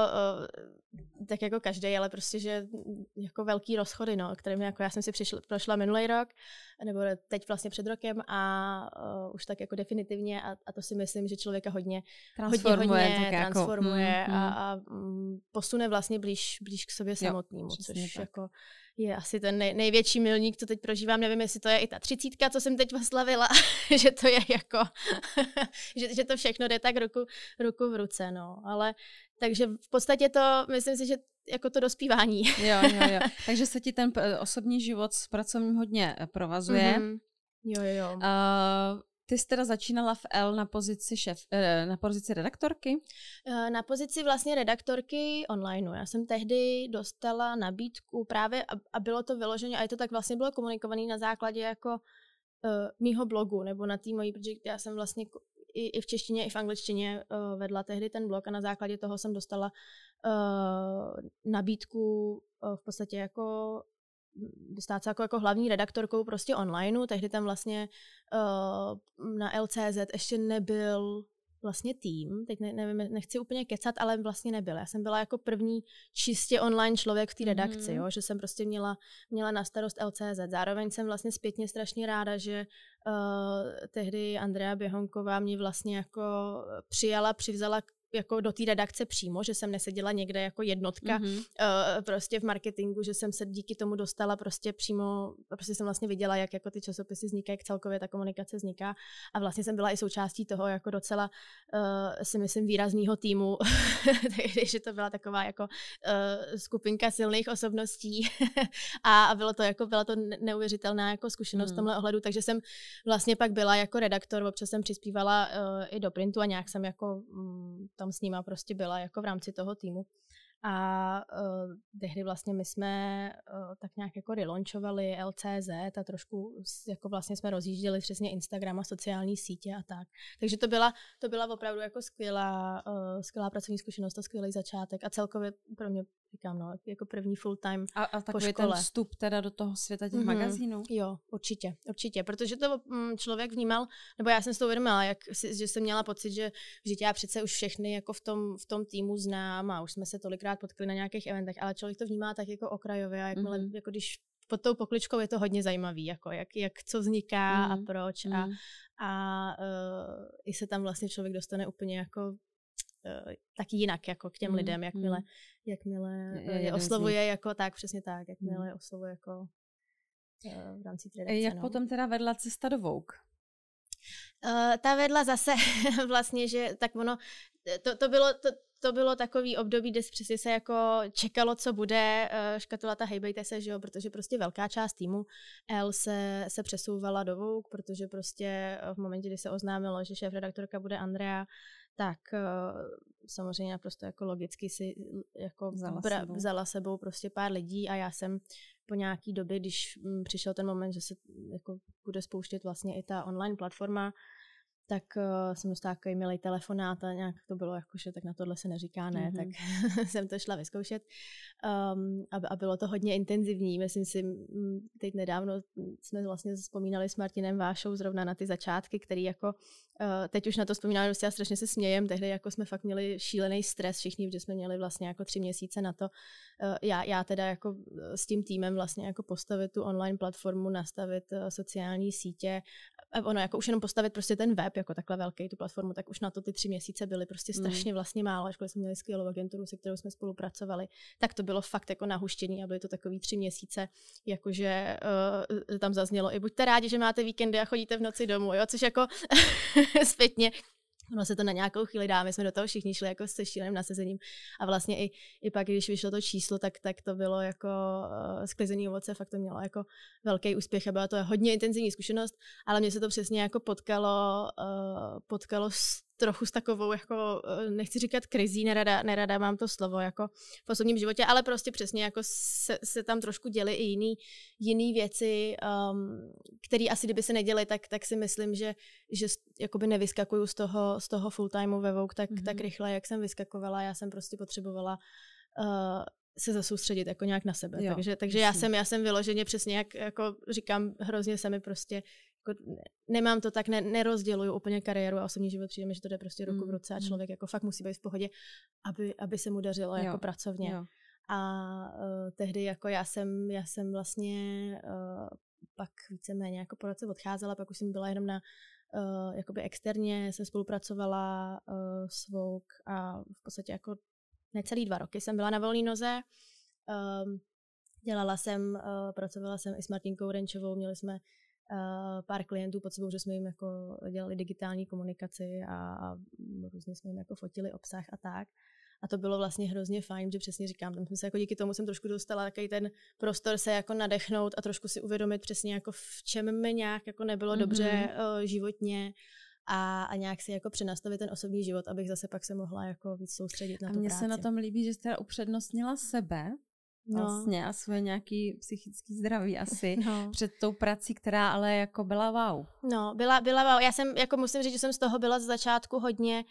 uh, tak jako každý, ale prostě, že jako velký rozchody, no, kterým jako já jsem si přišla, prošla minulý rok, nebo teď vlastně před rokem a uh, už tak jako definitivně a, a to si myslím, že člověka hodně transformuje, hodně, hodně jako, transformuje mm, a, a um, posune vlastně blíž, blíž k sobě samotnému, což tak. jako je asi ten nej, největší milník, co teď prožívám. Nevím, jestli to je i ta třicítka, co jsem teď oslavila, že to je jako, že, že to všechno jde tak ruku, ruku v ruce, no. Ale takže v podstatě to, myslím si, že jako to dospívání. Jo, jo, jo. Takže se ti ten osobní život s pracovním hodně provazuje. Mm-hmm. Jo, jo, jo. Uh, Ty jsi teda začínala v L na pozici šef, na pozici redaktorky? Na pozici vlastně redaktorky online. Já jsem tehdy dostala nabídku právě a bylo to vyloženě, a je to tak vlastně bylo komunikované na základě jako uh, mýho blogu, nebo na té mojí, protože já jsem vlastně i, i v češtině, i v angličtině uh, vedla tehdy ten blog a na základě toho jsem dostala uh, nabídku uh, v podstatě jako stát se jako, jako hlavní redaktorkou prostě onlineu. Tehdy tam vlastně uh, na L C Z ještě nebyl vlastně tým, teď ne, nevím, nechci úplně kecat, ale vlastně nebyl. Já jsem byla jako první čistě online člověk v té redakci, mm. jo, že jsem prostě měla, měla na starost L C Z. Zároveň jsem vlastně zpětně strašně ráda, že uh, tehdy Andrea Běhonková mě vlastně jako přijala, přivzala jako do té redakce přímo, že jsem neseděla někde jako jednotka mm-hmm. uh, prostě v marketingu, že jsem se díky tomu dostala prostě přímo, prostě jsem vlastně viděla, jak jako ty časopisy vznikají, jak celkově ta komunikace vzniká a vlastně jsem byla i součástí toho jako docela uh, si myslím výraznýho týmu, takže to byla taková jako uh, skupinka silných osobností a bylo to jako, byla to neuvěřitelná jako zkušenost mm. v tomhle ohledu, takže jsem vlastně pak byla jako redaktor, občas jsem přispívala uh, i do printu a nějak jsem jako um, tam s nima prostě byla jako v rámci toho týmu. A uh, tehdy vlastně my jsme uh, tak nějak jako relaunchovali L C Z a trošku jako vlastně jsme rozjížděli přesně Instagram a sociální sítě a tak. Takže to byla, to byla opravdu jako skvělá, uh, skvělá pracovní zkušenost a skvělý začátek a celkově pro mě, říkám, no, jako první full time a, a po takový škole. Ten vstup teda do toho světa těch mm-hmm. magazínů? Jo, určitě, určitě, protože to mm, člověk vnímal, nebo já jsem si to uvědomila, jak, že jsem měla pocit, že, že já přece už všechny jako v tom, v tom týmu znám a už jsme se tolikrát potkali na nějakých eventech, ale člověk to vnímá tak jako okrajově a jakmile, mm-hmm. jako když pod tou pokličkou je to hodně zajímavý, jako jak, jak co vzniká mm-hmm. a proč mm-hmm. a, a uh, i se tam vlastně člověk dostane úplně jako uh, taky jinak jako k těm mm-hmm. lidem, jakmile, jakmile je, je oslovuje jako tak, přesně tak, jakmile mm-hmm. oslovuje jako uh, v rámci redakce. Jak no. potom teda vedla cesta do Vogue? Uh, ta vedla zase vlastně, že tak ono, to, to bylo to, to bylo takový období, kde přesně se jako čekalo, co bude, uh, škatulata hejbejte se, že jo, protože prostě velká část týmu L se, se přesouvala do Vogue, protože prostě v momentě, kdy se oznámilo, že šéfredaktorka bude Andrea, tak uh, samozřejmě naprosto jako logicky si jako vzala, bra, sebou. vzala sebou prostě pár lidí a já jsem po nějaký době, když m, přišel ten moment, že se jako bude spouštět vlastně i ta online platforma, tak uh, jsem dostala takový milý telefonát a nějak to bylo jako, že tak na tohle se neříká ne, mm-hmm. tak jsem to šla vyzkoušet um, a, a bylo to hodně intenzivní. Myslím si, teď nedávno jsme vlastně vzpomínali s Martinem Vášou zrovna na ty začátky, který jako uh, teď už na to vzpomínám, prostě já strašně se smějem, tehdy jako jsme fakt měli šílený stres všichni, protože jsme měli vlastně jako tři měsíce na to, uh, já, já teda jako s tím týmem vlastně jako postavit tu online platformu, nastavit uh, sociální sítě, ono jako už jenom postavit prostě ten web jako takhle velký, tu platformu, tak už na to ty tři měsíce byly prostě strašně vlastně málo, až když jsme měli skvělou agenturu, se kterou jsme spolupracovali, tak to bylo fakt jako nahuštěný a byly to takový tři měsíce, jakože uh, tam zaznělo i buďte rádi, že máte víkendy a chodíte v noci domů, jo, což jako zpětně ono se to na nějakou chvíli dá, my jsme do toho všichni šli jako se šíleným nasazením a vlastně i, i pak, když vyšlo to číslo, tak, tak to bylo jako uh, sklizený ovoce, fakt to mělo jako velký úspěch a byla to hodně intenzivní zkušenost, ale mně se to přesně jako potkalo, uh, potkalo s, trochu s takovou, jako, uh, nechci říkat krizí, nerada, nerada mám to slovo, jako v osobním životě, ale prostě přesně jako se, se tam trošku děly i jiný, jiný věci, um, které asi kdyby se neděly, tak, tak si myslím, že, že jakoby nevyskakuju z toho, z toho full-timeu ve Vogue tak, mm-hmm. tak rychle, jak jsem vyskakovala. Já jsem prostě potřebovala uh, se zasoustředit jako nějak na sebe. Jo, takže takže já, jsem, já jsem vyloženě přesně, jak jako říkám, hrozně se mi prostě, jako nemám to tak, ne, nerozděluju úplně kariéru a osobní život. Přijde mi, že to jde prostě ruku v ruce a člověk jako fakt musí být v pohodě, aby, aby se mu dařilo jo, jako pracovně. Jo. A uh, tehdy jako já jsem, já jsem vlastně uh, pak víceméně jako po roce odcházela, pak už jsem byla jenom na Uh, jakoby externě jsem spolupracovala uh, s Vogue a v podstatě jako necelý dva roky jsem byla na volné noze. Um, dělala jsem, uh, pracovala jsem i s Martinkou Renčovou, měli jsme uh, pár klientů pod sebou, že jsme jim jako dělali digitální komunikaci a, a různě jsme jim jako fotili obsah a tak. A to bylo vlastně hrozně fajn, že přesně říkám, tam jsem se jako díky tomu jsem trošku dostala takový ten prostor se jako nadechnout a trošku si uvědomit přesně jako v čem mi nějak jako nebylo mm-hmm. dobře uh, životně a, a nějak si jako přenastavit ten osobní život, abych zase pak se mohla jako víc soustředit na tu práci. A mně se na tom líbí, že jste upřednostnila sebe vlastně no. a svoje nějaký psychický zdraví asi no. před tou prací, která ale jako byla wow. No, byla, byla wow. Já jsem, jako musím říct, že jsem z toho byla z začátku hodně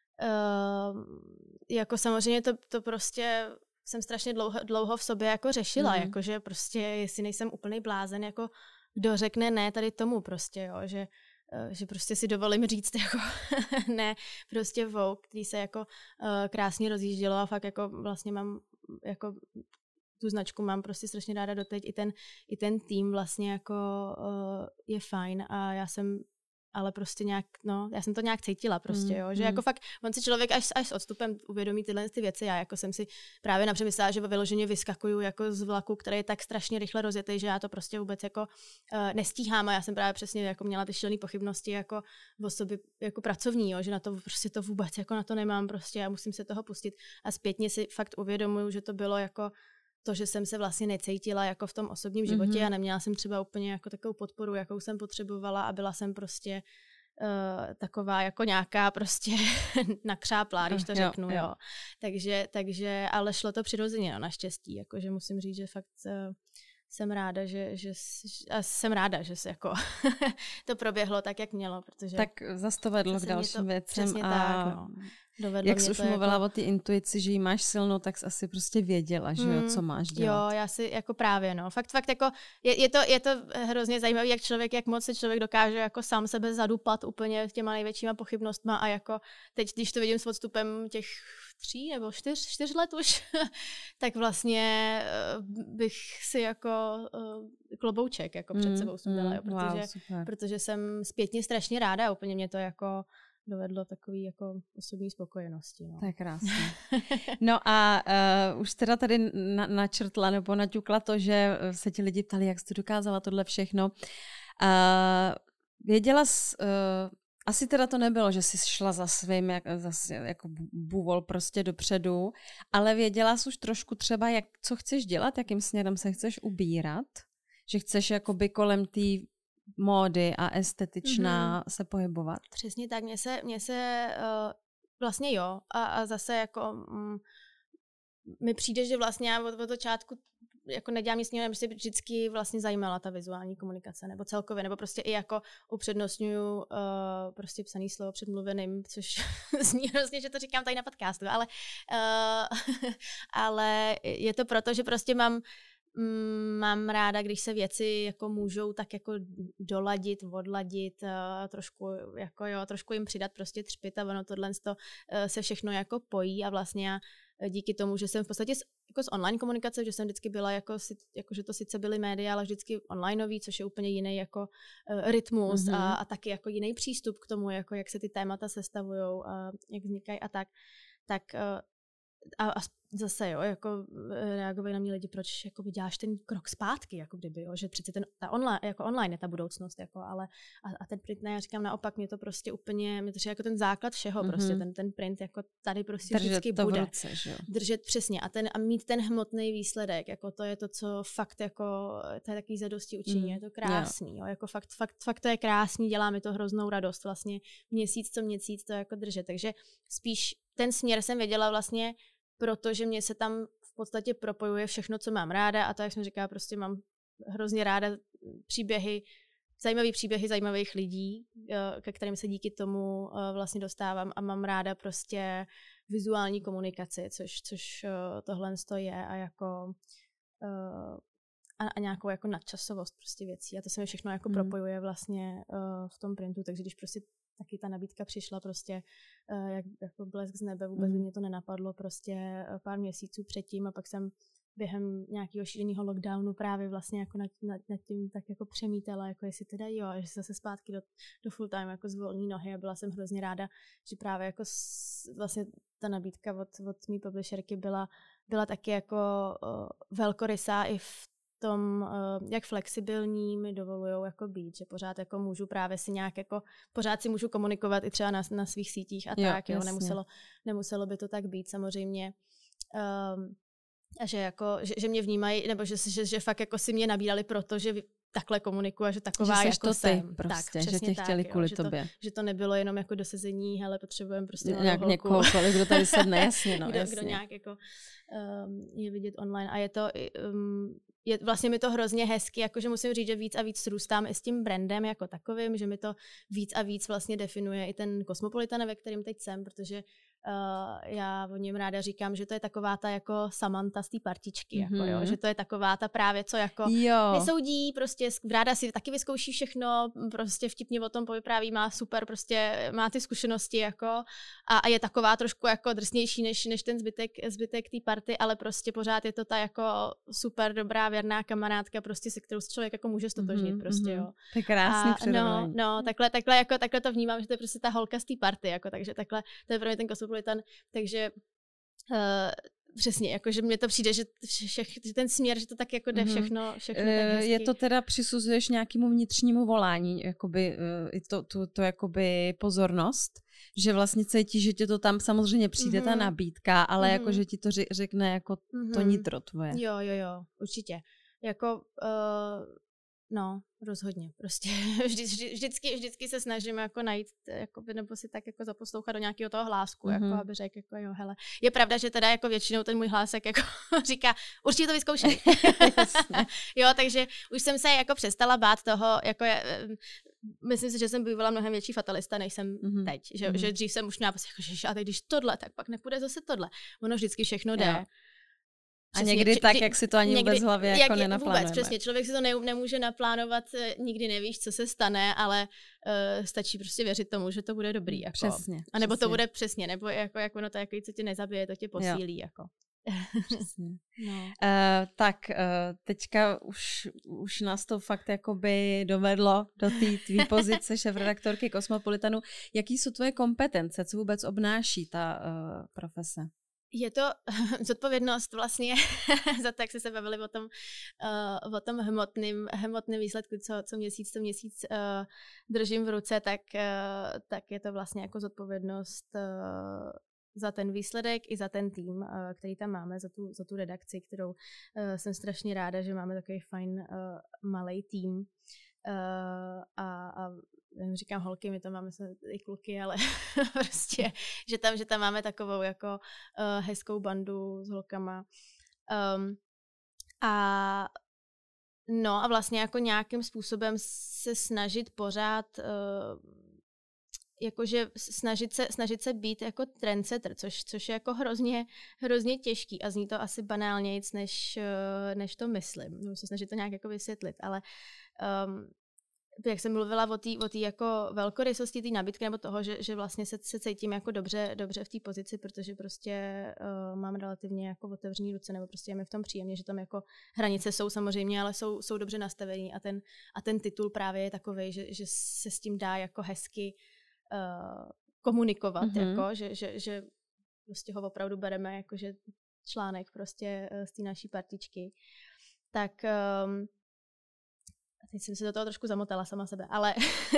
Uh, jako samozřejmě to, to prostě jsem strašně dlouho, dlouho v sobě jako řešila, mm. jakože prostě jestli nejsem úplný blázen, jako kdo řekne ne tady tomu prostě, jo, že, uh, že prostě si dovolím říct jako ne, prostě Vogue, který se jako uh, krásně rozjíždělo a fakt jako vlastně mám jako tu značku mám prostě strašně ráda doteď, i ten, i ten tým vlastně jako uh, je fajn a já jsem ale prostě nějak, no, já jsem to nějak cítila prostě, jo, že mm. jako fakt, on si člověk až, až s odstupem uvědomí tyhle ty věci, já jako jsem si právě napřemyslela, že vyloženě vyskakuju jako z vlaku, který je tak strašně rychle rozjetý, že já to prostě vůbec jako uh, nestíhám a já jsem právě přesně jako měla ty šílené pochybnosti jako v osobě jako pracovní, jo, že na to prostě to vůbec jako na to nemám prostě, já musím se toho pustit a zpětně si fakt uvědomuju, že to bylo jako to, že jsem se vlastně necítila jako v tom osobním životě mm-hmm. a neměla jsem třeba úplně jako takovou podporu, jakou jsem potřebovala a byla jsem prostě uh, taková jako nějaká prostě nakřáplá, když to jo, řeknu, jo. jo. Takže, takže, ale šlo to přirozeně, no, naštěstí, jakože musím říct, že fakt uh, jsem ráda, že, že a jsem ráda, že se jako to proběhlo tak, jak mělo, protože tak zas to vedlo k dalším věcem a tak, no. Dovedlo jak jsi už mluvila jako... o té intuici, že ji máš silnou, tak jsi asi prostě věděla, že jo, co máš dělat. Jo, já si jako právě, no. Fakt, fakt jako, je, je, to, je to hrozně zajímavé, jak člověk, jak moc se člověk dokáže jako sám sebe zadupat úplně těma největšíma pochybnostma a jako teď, když to vidím s odstupem těch tří nebo čtyř, čtyř let už, tak vlastně uh, bych si jako uh, klobouček jako před sebou sundala, mm, jo, protože, wow, protože jsem zpětně strašně ráda, úplně mě to jako dovedlo takový jako osobní spokojenosti. No. To je krásné. No a uh, už teda tady na, načrtla nebo naťukla to, že se ti lidi ptali, jak jsi to dokázala tohle všechno. Uh, věděla jsi, uh, asi teda to nebylo, že jsi šla za svým jak, za, jako bůvol prostě dopředu, ale věděla jsi už trošku třeba, jak, co chceš dělat, jakým směrem se chceš ubírat, že chceš jakoby kolem té módy a estetičná mm-hmm. se pohybovat. Přesně tak, mně se, mně se uh, vlastně jo a, a zase jako mm, mi přijde, že vlastně já od, od začátku jako nedělám nic jiného, protože vždycky vlastně zajímala ta vizuální komunikace, nebo celkově, nebo prostě i jako upřednostňuju uh, prostě psaný slovo před mluveným, což zní hrozně, že to říkám tady na podcastu, ale, uh, ale je to proto, že prostě mám mám ráda, když se věci jako můžou tak jako doladit, odladit, uh, trošku, jako jo, trošku jim přidat prostě třpit a ono tohle uh, se všechno jako pojí a vlastně já díky tomu, že jsem v podstatě z, jako z online komunikace, že jsem vždycky byla jako, jako že to sice byly média, ale vždycky onlineový, což je úplně jiný jako uh, rytmus mm-hmm. a, a taky jako jiný přístup k tomu, jako jak se ty témata sestavujou a jak vznikají a tak, tak uh, a, a zase, jo, jako reagovali na mě lidi, proč jako děláš ten krok zpátky, jako kdyby, jo, že přece ten, ta online, jako online je ta budoucnost, jako, ale a, a ten print, ne, já říkám naopak, mě to prostě úplně, mě to je jako ten základ všeho, mm-hmm. prostě ten, ten print, jako tady prostě držet vždycky bude. Ruce, že jo? Držet přesně a, ten, a mít ten hmotný výsledek, jako to je to, co fakt jako, to je takový zadosti učení, mm. je to krásný, jo, jako fakt, fakt, fakt to je krásný, dělá mi to hroznou radost, vlastně měsíc co měsíc to jako držet, takže spíš ten směr jsem věděla vlastně, protože mě se tam v podstatě propojuje všechno, co mám ráda a to, jak jsem říkala, prostě mám hrozně ráda příběhy, zajímavé příběhy zajímavých lidí, ke kterým se díky tomu vlastně dostávám a mám ráda prostě vizuální komunikaci, což, což tohle je a jako a, a nějakou jako nadčasovost prostě věcí a to se mi všechno jako hmm. propojuje vlastně v tom printu, takže když prostě taky ta nabídka přišla prostě uh, jak, jako blesk z nebe, vůbec by mě to nenapadlo prostě pár měsíců předtím a pak jsem během nějakého šíleného lockdownu právě vlastně jako nad, nad, nad tím tak jako přemítala, jako jestli teda jo, že se zase zpátky do, do full time jako z volný nohy a byla jsem hrozně ráda, že právě jako s, vlastně ta nabídka od, od mý publisherky byla, byla taky jako uh, velkorysá i v tom, jak flexibilní mi dovolujou jako být, že pořád jako můžu právě si nějak jako, pořád si můžu komunikovat i třeba na, na svých sítích a jo, tak, jo, nemuselo, nemuselo by to tak být samozřejmě. Um, a že jako, že, že mě vnímají, nebo že, že, že fakt jako si mě nabírali proto, že takhle komunikuju a že taková že jako to jsem. Prostě, tak, že tě chtěli tak, kvůli jo, tobě. Že to, že to nebylo jenom jako dosezení, hele, potřebujeme prostě nějak někoho, kdo tady sedne, jasně, no, kdo, jasně. kdo nějak jako um, je vidět online a je to um, je vlastně mi to hrozně hezky, jakože musím říct, že víc a víc srůstám i s tím brandem jako takovým, že mi to víc a víc vlastně definuje i ten Cosmopolitan, ve kterém teď jsem, protože uh, já o něm ráda říkám, že to je taková ta jako Samantha z té partičky, mm-hmm. jako, jo, že to je taková ta právě, co jako jo. nesoudí, prostě ráda si taky vyzkouší všechno, prostě vtipně o tom povypráví, má super, prostě má ty zkušenosti jako a, a je taková trošku jako drsnější než, než ten zbytek, zbytek té party, ale prostě pořád je to ta jako super dobrá věrná kamarádka, prostě se kterou se člověk jako může stotožnit, mm-hmm, prostě jo. To je krásný a, přirovnání. No, no takhle, takhle, jako, takhle to vnímám, že to je prostě ta holka z té party, jako, takže takhle, to je pro mě ten Cosmopolitan, takže uh, přesně, jako, že mně to přijde, že, všech, že ten směr, že to tak jako jde všechno, všechno uh, tak hezky. Je to teda, přisuzuješ nějakému vnitřnímu volání, jakoby, uh, to, to, to jakoby pozornost, že vlastně cítíš, že ti to tam samozřejmě přijde mm-hmm. ta nabídka, ale mm-hmm. jako, že ti to řekne jako mm-hmm. to nitro tvoje. Jo, jo, jo, určitě. Jako, uh, no, rozhodně, prostě vždy, vždy, vždycky, vždycky se snažím jako najít, jako, nebo si tak jako zaposlouchat do nějakého toho hlásku, mm-hmm. jako, aby řekl, jako jo, hele. Je pravda, že teda jako většinou ten můj hlásek jako říká, určitě to vyzkoušej. Jo, takže už jsem se jako přestala bát toho, jako je, myslím si, že jsem bývala mnohem větší fatalista, než jsem mm-hmm. teď, že, mm-hmm. že dřív jsem už měla prostě jako, že a teď když tohle, tak pak nepůjde zase tohle. Ono vždycky všechno jde. Jo. Přesně, a někdy tak, jak si to ani někdy, vůbec v hlavě jako jak, nenaplánujeme. Vůbec, přesně. Člověk si to ne, nemůže naplánovat, nikdy nevíš, co se stane, ale uh, stačí prostě věřit tomu, že to bude dobrý. Jako. Přesně. A nebo přesně. to bude přesně, nebo jako, jako ono to, jako, co tě nezabije, to tě posílí. Jo. Jako. Přesně. No. Uh, tak uh, teďka už, už nás to fakt jakoby dovedlo do té tvý pozice šéfredaktorky Cosmopolitanu. Jaký jsou tvoje kompetence, co vůbec obnáší ta uh, profese? Je to zodpovědnost vlastně za to, jak jsme se bavili o tom, uh, o tom hmotným, hmotným výsledku, co, co měsíc, co měsíc uh, držím v ruce, tak, uh, tak je to vlastně jako zodpovědnost uh, za ten výsledek i za ten tým, uh, který tam máme, za tu, za tu redakci, kterou uh, jsem strašně ráda, že máme takový fajn uh, malej tým. Uh, a, a říkám holky, my to máme i kluky, ale prostě, že tam, že tam máme takovou jako uh, hezkou bandu s holkama. Um, A no a vlastně jako nějakým způsobem se snažit pořád uh, jakože snažit se, snažit se být jako trendsetter, což, což je jako hrozně, hrozně těžký a zní to asi banálnějc, než, než to myslím. Můžu se snažit to nějak jako vysvětlit, ale um, jak jsem mluvila o té o té jako velkorysosti té nabídky nebo toho, že, že vlastně se, se cítím jako dobře, dobře v té pozici, protože prostě uh, mám relativně jako otevřený ruce nebo prostě je mi v tom příjemně, že tam jako hranice jsou samozřejmě, ale jsou, jsou dobře nastavený a ten, a ten titul právě je takovej, že, že se s tím dá jako hezky uh, komunikovat, mm-hmm. jako, že, že, že prostě ho opravdu bereme jako, že článek prostě uh, z té naší partičky. Tak um, teď jsem se do toho trošku zamotala sama sebe, ale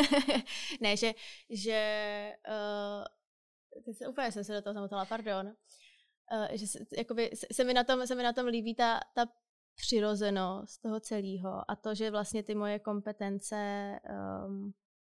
ne, že, že uh, teď se, úplně jsem se do toho zamotala, pardon, uh, že se, jakoby, se, mi na tom, se mi na tom líbí ta, ta přirozenost toho celého a to, že vlastně ty moje kompetence um,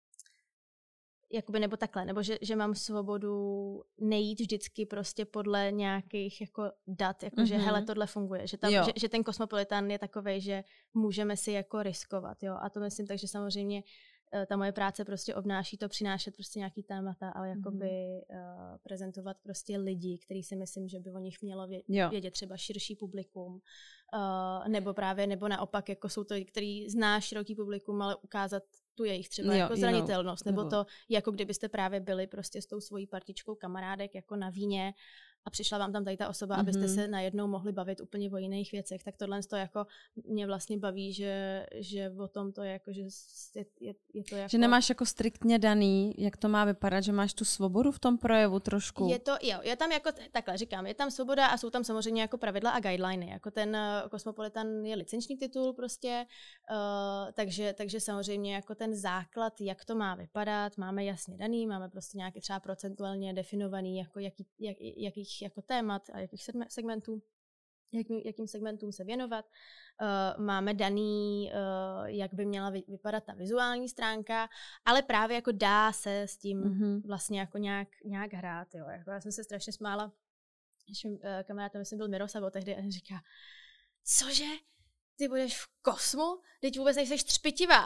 jakoby, nebo takhle, nebo že, že mám svobodu nejít vždycky prostě podle nějakých jako dat, jako mm-hmm. že hele, tohle funguje, že, tam, že, že ten Kosmopolitan je takovej, že můžeme si jako riskovat, jo, a to myslím tak, že samozřejmě ta moje práce prostě obnáší to přinášet prostě nějaký témata, ale jakoby mm-hmm. uh, prezentovat prostě lidi, který si myslím, že by o nich mělo vědět, vědět třeba širší publikum, uh, nebo právě, nebo naopak, jako jsou to, který zná široký publikum, ale ukázat tu jejich třeba jo, jako zranitelnost, nebo, nebo to, jako kdybyste právě byli prostě s tou svojí partičkou kamarádek jako na víně a přišla vám tam tady ta osoba, mm-hmm. abyste se najednou mohli bavit úplně o jiných věcech, tak tohle to jako mě vlastně baví, že, že o tom to je jako, že je, je, je to jako... Že nemáš jako striktně daný, jak to má vypadat, že máš tu svobodu v tom projevu trošku. Je to, jo, je tam jako, takhle říkám, je tam svoboda a jsou tam samozřejmě jako pravidla a guideliny, jako ten uh, Kosmopolitan je licenční titul prostě, uh, takže, takže samozřejmě jako ten základ, jak to má vypadat, máme jasně daný, máme prostě nějaký třeba procentuálně definovaný, jako jaký, jak, jakých jako témat a jakých segmentů, jakým, jakým segmentům se věnovat. Uh, máme daný, uh, jak by měla vypadat ta vizuální stránka, ale právě jako dá se s tím mm-hmm. vlastně jako nějak, nějak hrát. Jo. Jako já jsem se strašně smála, když uh, kamarád, myslím, byl Miroslav tehdy a říká, cože? Ty budeš v Kosmu? Teď vůbec nejseš třpitivá.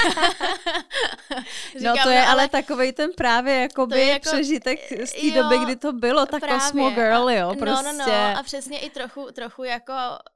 Říkám, no to je no, ale takovej ten právě jakoby jako, přežitek z té doby, kdy to bylo, ta Cosmo Girl, jo, prostě. No, no, no, a přesně i trochu, trochu jako,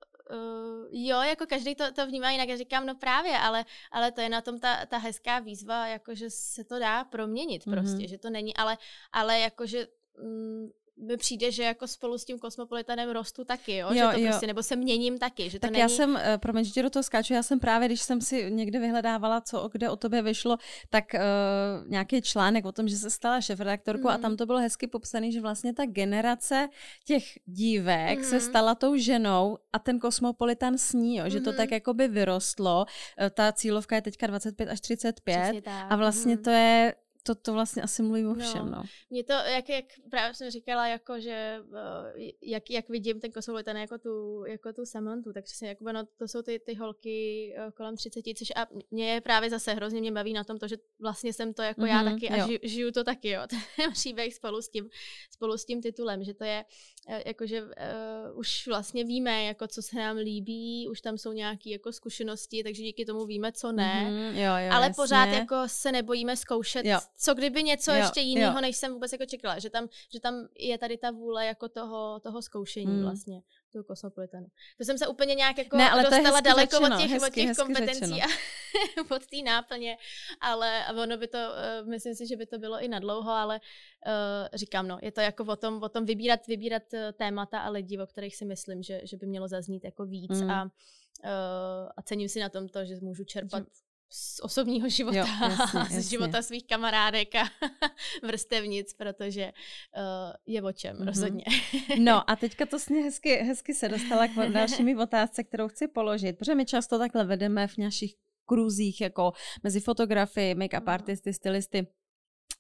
uh, jo, jako každý to, to vnímá jinak, já říkám, no právě, ale, ale to je na tom ta, ta hezká výzva, jako že se to dá proměnit prostě, mm-hmm. že to není, ale, ale jakože... Mm, mi přijde, že jako spolu s tím Kosmopolitanem rostu taky, jo? jo že to jo. Prostě, nebo se měním taky. Že to tak není... já jsem, promiň, že tě do toho skáču, já jsem právě, když jsem si někde vyhledávala, co kde o tobě vyšlo, tak uh, nějaký článek o tom, že se stala šéfredaktorkou mm. a tam to bylo hezky popsaný, že vlastně ta generace těch dívek mm. se stala tou ženou a ten Kosmopolitan s ní, jo? Že mm. to tak jakoby vyrostlo. Ta cílovka je teďka dvacet pět až třicet pět a vlastně mm. to je To, to vlastně asi mluví o všem, no. no. Mě to, jak, jak právě jsem říkala, jako, že jak, jak vidím ten Kosmopolitan jako tu, jako tu Samantu, tak přesně, jako, no, to jsou ty, ty holky kolem třiceti, což a mě je právě zase hrozně mě baví na tom to, že vlastně jsem to jako mm-hmm, já taky a ži, žiju to taky, jo. Ten příběh spolu s tím, spolu s tím titulem, že to je, jakože uh, už vlastně víme, jako co se nám líbí, už tam jsou nějaké jako zkušenosti, takže díky tomu víme, co ne, mm-hmm, jo, jo, ale jasně. Pořád jako se nebojíme zkoušet, jo. co kdyby něco jo, ještě jiného, než jsem vůbec jako čekala, že tam, že tam je tady ta vůle jako toho, toho zkoušení mm. vlastně, toho Kosmopolitanu. To jsem se úplně nějak jako ne, ale dostala daleko řečeno, od těch, hezky, od těch kompetencí řečeno. A od té náplně, ale ono by to, uh, myslím si, že by to bylo i nadlouho, ale uh, říkám, no, je to jako o tom, o tom vybírat, vybírat témata a lidi, o kterých si myslím, že, že by mělo zaznít jako víc mm. a, uh, a cením si na tom to, že můžu čerpat z osobního života, jo, jasně, jasně. z života svých kamarádek a vrstevnic, protože uh, je o čem, mm-hmm. rozhodně. No a teďka to sně hezky, hezky se dostala k dalšími otázce, kterou chci položit, protože my často takhle vedeme v našich kruzích, jako mezi fotografii, make-up artisty, stylisty,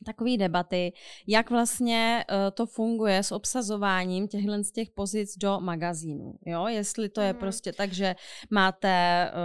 takové debaty, jak vlastně uh, to funguje s obsazováním těchhle z těch pozic do magazínů. Jo? Jestli to je mm. prostě tak, že máte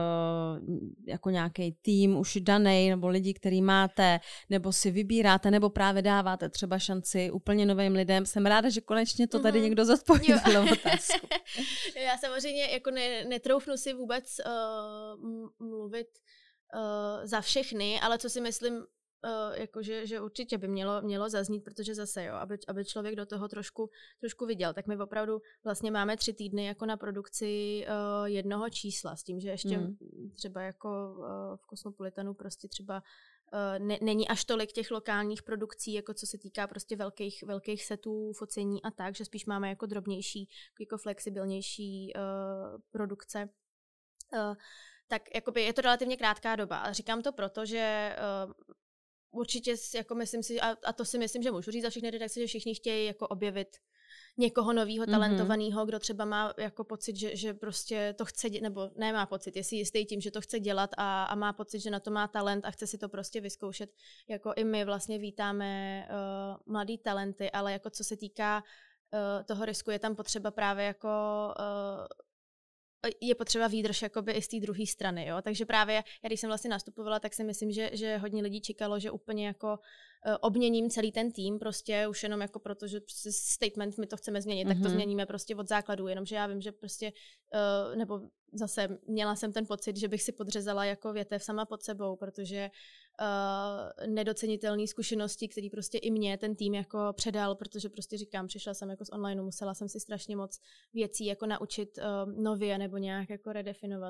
uh, jako nějaký tým už danej, nebo lidi, který máte, nebo si vybíráte, nebo právě dáváte třeba šanci úplně novým lidem. Jsem ráda, že konečně to tady mm. někdo zodpověděl otázku. Já samozřejmě jako ne, netroufnu si vůbec uh, mluvit uh, za všechny, ale co si myslím, Uh, jakože, že určitě by mělo, mělo zaznít, protože zase, jo, aby, aby člověk do toho trošku, trošku viděl, tak my opravdu vlastně máme tři týdny jako na produkci uh, jednoho čísla, s tím, že ještě mm. třeba jako uh, v Cosmopolitanu prostě třeba uh, ne, není až tolik těch lokálních produkcí, jako co se týká prostě velkých, velkých setů, focení a tak, že spíš máme jako drobnější, jako flexibilnější uh, produkce. Uh, tak jakoby je to relativně krátká doba, ale říkám to proto, že uh, určitě, jako myslím si, a, a to si myslím, že můžu říct za všechny redakce, že všichni chtějí jako objevit někoho novýho, talentovaného, kdo třeba má jako pocit, že, že prostě to chce, nebo nemá pocit, je si jistý tím, že to chce dělat a, a má pocit, že na to má talent a chce si to prostě vyzkoušet. Jako i my vlastně vítáme uh, mladý talenty, ale jako co se týká uh, toho risku, je tam potřeba právě jako uh, je potřeba výdrž jakoby i z té druhé strany, jo. Takže právě, já když jsem vlastně nastupovala, tak si myslím, že, že hodně lidí čekalo, že úplně jako uh, obměním celý ten tým, prostě už jenom jako proto, že statement my to chceme změnit, mm-hmm. tak to změníme prostě od základu, jenomže já vím, že prostě, uh, nebo zase měla jsem ten pocit, že bych si podřezala jako větev sama pod sebou, protože uh, nedocenitelné zkušenosti, které prostě i mě ten tým jako předal, protože prostě říkám, přišla jsem jako z online, musela jsem si strašně moc věcí jako naučit uh, nově nebo nějak jako redefinovat.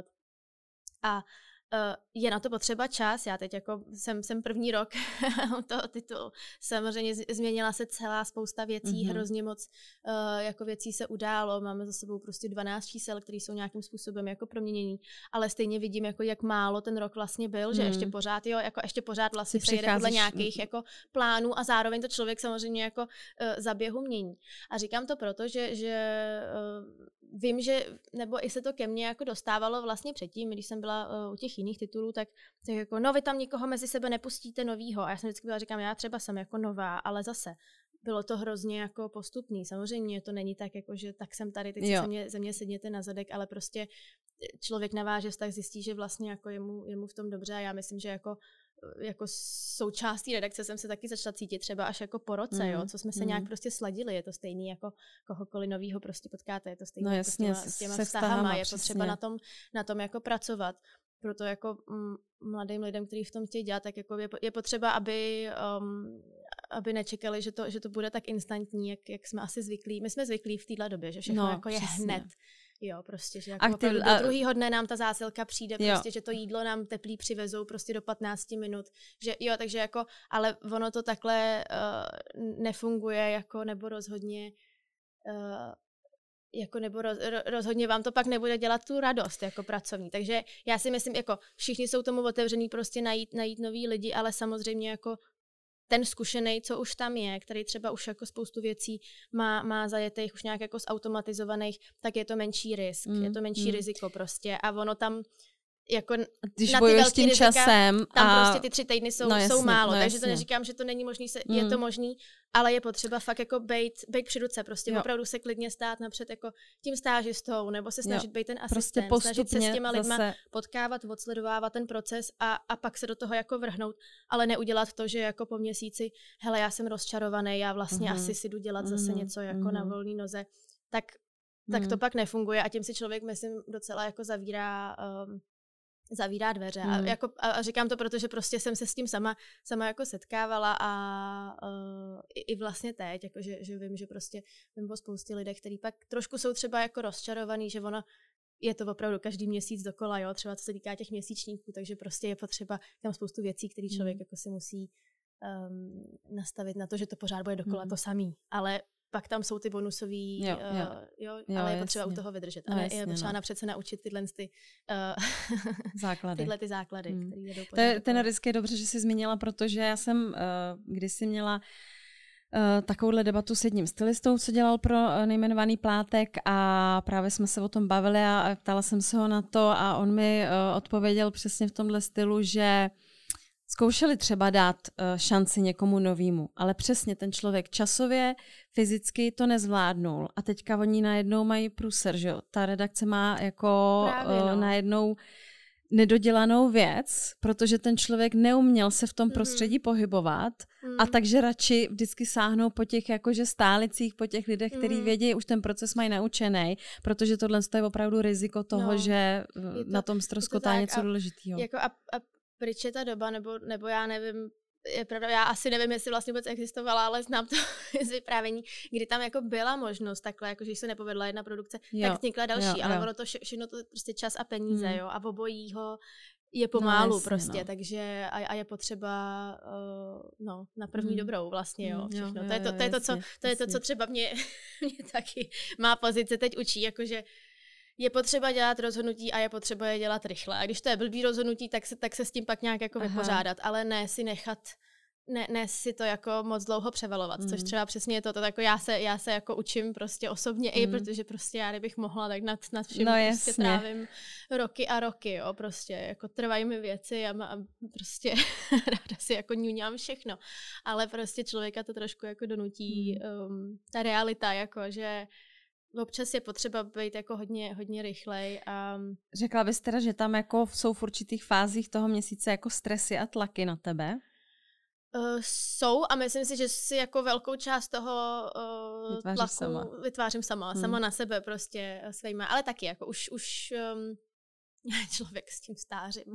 A Uh, je na to potřeba čas, já teď jako jsem, jsem první rok toho titulu, samozřejmě z, změnila se celá spousta věcí, mm-hmm. hrozně moc uh, jako věcí se událo, máme za sebou prostě dvanáct čísel, které jsou nějakým způsobem jako proměněný, ale stejně vidím, jako jak málo ten rok vlastně byl, mm. že ještě pořád, jo, jako ještě pořád vlastně se jede podle nějakých jako plánů a zároveň to člověk samozřejmě jako uh, za běhu mění. A říkám to proto, že, že uh, vím, že, nebo i se to ke mně jako dostávalo vlastně předtím, když jsem byla uh, u těch jiných titulů, tak, tak jako, no vy tam nikoho mezi sebe nepustíte novýho. A já jsem vždycky byla, říkám, já třeba jsem jako nová, ale zase bylo to hrozně jako postupný. Samozřejmě to není tak, jako, že tak jsem tady, teď se mě, ze mě sedněte na zadek, ale prostě člověk naváže vztah, zjistí, že vlastně jako je mu, je mu v tom dobře a já myslím, že jako jako součástí redakce jsem se taky začala cítit třeba až jako po roce, mm. jo, co jsme se mm. nějak prostě sladili, je to stejný jako kohokoliv novýho prostě potkáte, je to stejný no jako jasně, s těma, s těma vztahama, vztahama, je potřeba na tom, na tom jako pracovat. Proto jako m, mladým lidem, kteří v tom chtějí dělat, tak jako je, je potřeba, aby, um, aby nečekali, že to, že to bude tak instantní, jak, jak jsme asi zvyklí. My jsme zvyklí v téhle době, že všechno no, jako je přesně. hned. Jo, prostě, že jako Aktiv, do druhého dne nám ta zásilka přijde, jo. prostě, že to jídlo nám teplý přivezou prostě do patnácti minut, že jo, takže jako, ale ono to takhle uh, nefunguje, jako, nebo rozhodně uh, jako nebo roz, rozhodně vám to pak nebude dělat tu radost jako pracovní. Takže já si myslím, jako všichni jsou tomu otevřený prostě najít, najít nový lidi, ale samozřejmě jako ten zkušený, co už tam je, který třeba už jako spoustu věcí má, má zajetých, už nějak jako zautomatizovaných, tak je to menší risk, mm, je to menší mm. riziko prostě a ono tam jako když na ty velký tím rizika, časem tam a... prostě ty tři týdny jsou, no jasně, jsou málo, no takže to neříkám, že to není možný, se, mm. je to možný, ale je potřeba fakt jako bejt, bejt při ruce, prostě jo. opravdu se klidně stát napřed jako tím stážistou, nebo se snažit být ten asistent, prostě snažit se s těma lidma zase... potkávat, odsledovávat ten proces a, a pak se do toho jako vrhnout, ale neudělat to, že jako po měsíci, hele, já jsem rozčarovaný, já vlastně mm. asi si jdu dělat mm. zase něco jako mm. na volný noze, tak, tak mm. to pak nefunguje a tím si člověk, myslím, docela jako zavírá um, zavírá dveře. Mm. A, jako, a říkám to, protože prostě jsem se s tím sama, sama jako setkávala a uh, i, i vlastně teď, jako že, že vím, že prostě vím o spoustě lidech, kteří pak trošku jsou třeba jako rozčarovaný, že ono je to opravdu každý měsíc dokola, jo, třeba co se týká těch měsíčníků, takže prostě je potřeba tam spoustu věcí, které člověk mm. jako si musí um, nastavit na to, že to pořád bude dokola mm. to samý. Ale pak tam jsou ty bonusový, jo, jo. Uh, jo, jo ale je potřeba jasně. u toho vydržet. No, ale jasně, je potřeba no. napřed se naučit tyhle ty, uh, základy, tyhle ty základy hmm. které jedou to je, ten risk je dobře, že jsi zmínila, protože já jsem uh, kdysi měla uh, takovouhle debatu s jedním stylistou, co dělal pro uh, nejmenovaný Plátek a právě jsme se o tom bavili a ptala jsem se ho na to a on mi uh, odpověděl přesně v tomhle stylu, že zkoušeli třeba dát uh, šanci někomu novému, ale přesně ten člověk časově, fyzicky to nezvládnul a teďka oni najednou mají průser, že jo? Ta redakce má jako Právě, no. uh, najednou nedodělanou věc, protože ten člověk neuměl se v tom prostředí mm. pohybovat mm. a takže radši vždycky sáhnou po těch jakože stálicích, po těch lidech, mm. kteří vědí, už ten proces mají naučený, protože tohle je opravdu riziko toho, no, že to, na tom ztroskotá něco důležitého. Jako a, a pryč je ta doba, nebo, nebo já nevím, je pravda, já asi nevím, jestli vlastně vůbec existovala, ale znám to z vyprávění, kdy tam jako byla možnost takhle, jako že se nepovedla jedna produkce, jo, tak vznikla další, jo, ale jo. ono to vše, všechno to prostě čas a peníze, mm. jo, a v obojího je pomálu, no, jasně, prostě, no. takže a, a je potřeba uh, no, na první mm. dobrou vlastně, jo, všechno. Jo, to je to, to, je to, co, to je to, co třeba mě, mě taky má pozice teď učí, jakože je potřeba dělat rozhodnutí a je potřeba je dělat rychle. A když to je blbý rozhodnutí, tak se, tak se s tím pak nějak jako vypořádat, ale ne si nechat, ne, ne si to jako moc dlouho převalovat, mm. což třeba přesně je to, to jako já se, já se jako učím prostě osobně mm. i, protože prostě já kdybych mohla, tak nad, nad vším no, prostě trávím roky a roky, jo, prostě jako trvají mi věci a, a prostě ráda si jako ňuňám všechno, ale prostě člověka to trošku jako donutí mm. um, ta realita, jako že občas je potřeba být jako hodně, hodně rychlej. A... Řekla bys teda, že tam jako jsou v určitých fázích toho měsíce jako stresy a tlaky na tebe? Uh, jsou a myslím si, že si jako velkou část toho uh, tlaku sama. vytvářím sama, hmm. sama na sebe prostě svejma, ale taky jako už, už um, člověk s tím stářím.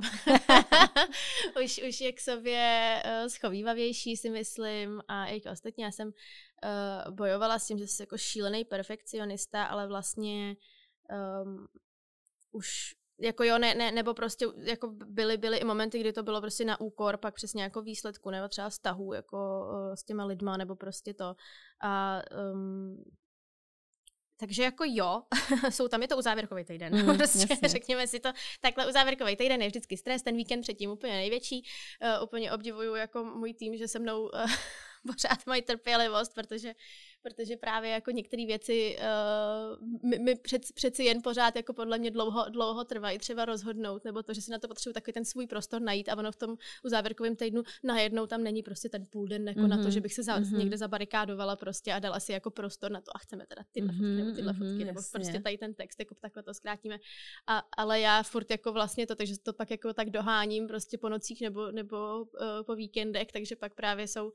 už, už je k sobě uh, schovývavější, si myslím, a i ostatně já jsem uh, bojovala s tím, že jsem jako šílený perfekcionista, ale vlastně um, už jako jo, ne, ne, nebo prostě jako byly, byly i momenty, kdy to bylo prostě na úkor pak přesně jako výsledku, nebo třeba vztahů jako uh, s těma lidma, nebo prostě to. A um, takže jako jo, jsou tam, je to uzávěrkový týden, mm, prostě řekněme si to, takhle uzávěrkový týden je vždycky stres, ten víkend předtím úplně největší, uh, úplně obdivuju jako můj tým, že se mnou uh, pořád mají trpělivost, protože, protože právě jako některé věci uh, mi, mi před, přeci jen pořád jako podle mě dlouho, dlouho trvají třeba rozhodnout, nebo to, že si na to potřebuji takový ten svůj prostor najít a ono v tom uzávěrkovém týdnu najednou tam není prostě ten půl den jako mm-hmm. na to, že bych se za, mm-hmm. někde zabarikádovala prostě a dala si jako prostor na to a chceme teda tyhle mm-hmm, fotky nebo tyhle mm-hmm, fotky, nebo jasně. prostě tady ten text, jako takhle to zkrátíme. A, ale já furt jako vlastně to, takže to pak jako tak doháním prostě po nocích nebo, nebo uh, po víkendech, takže pak právě jsou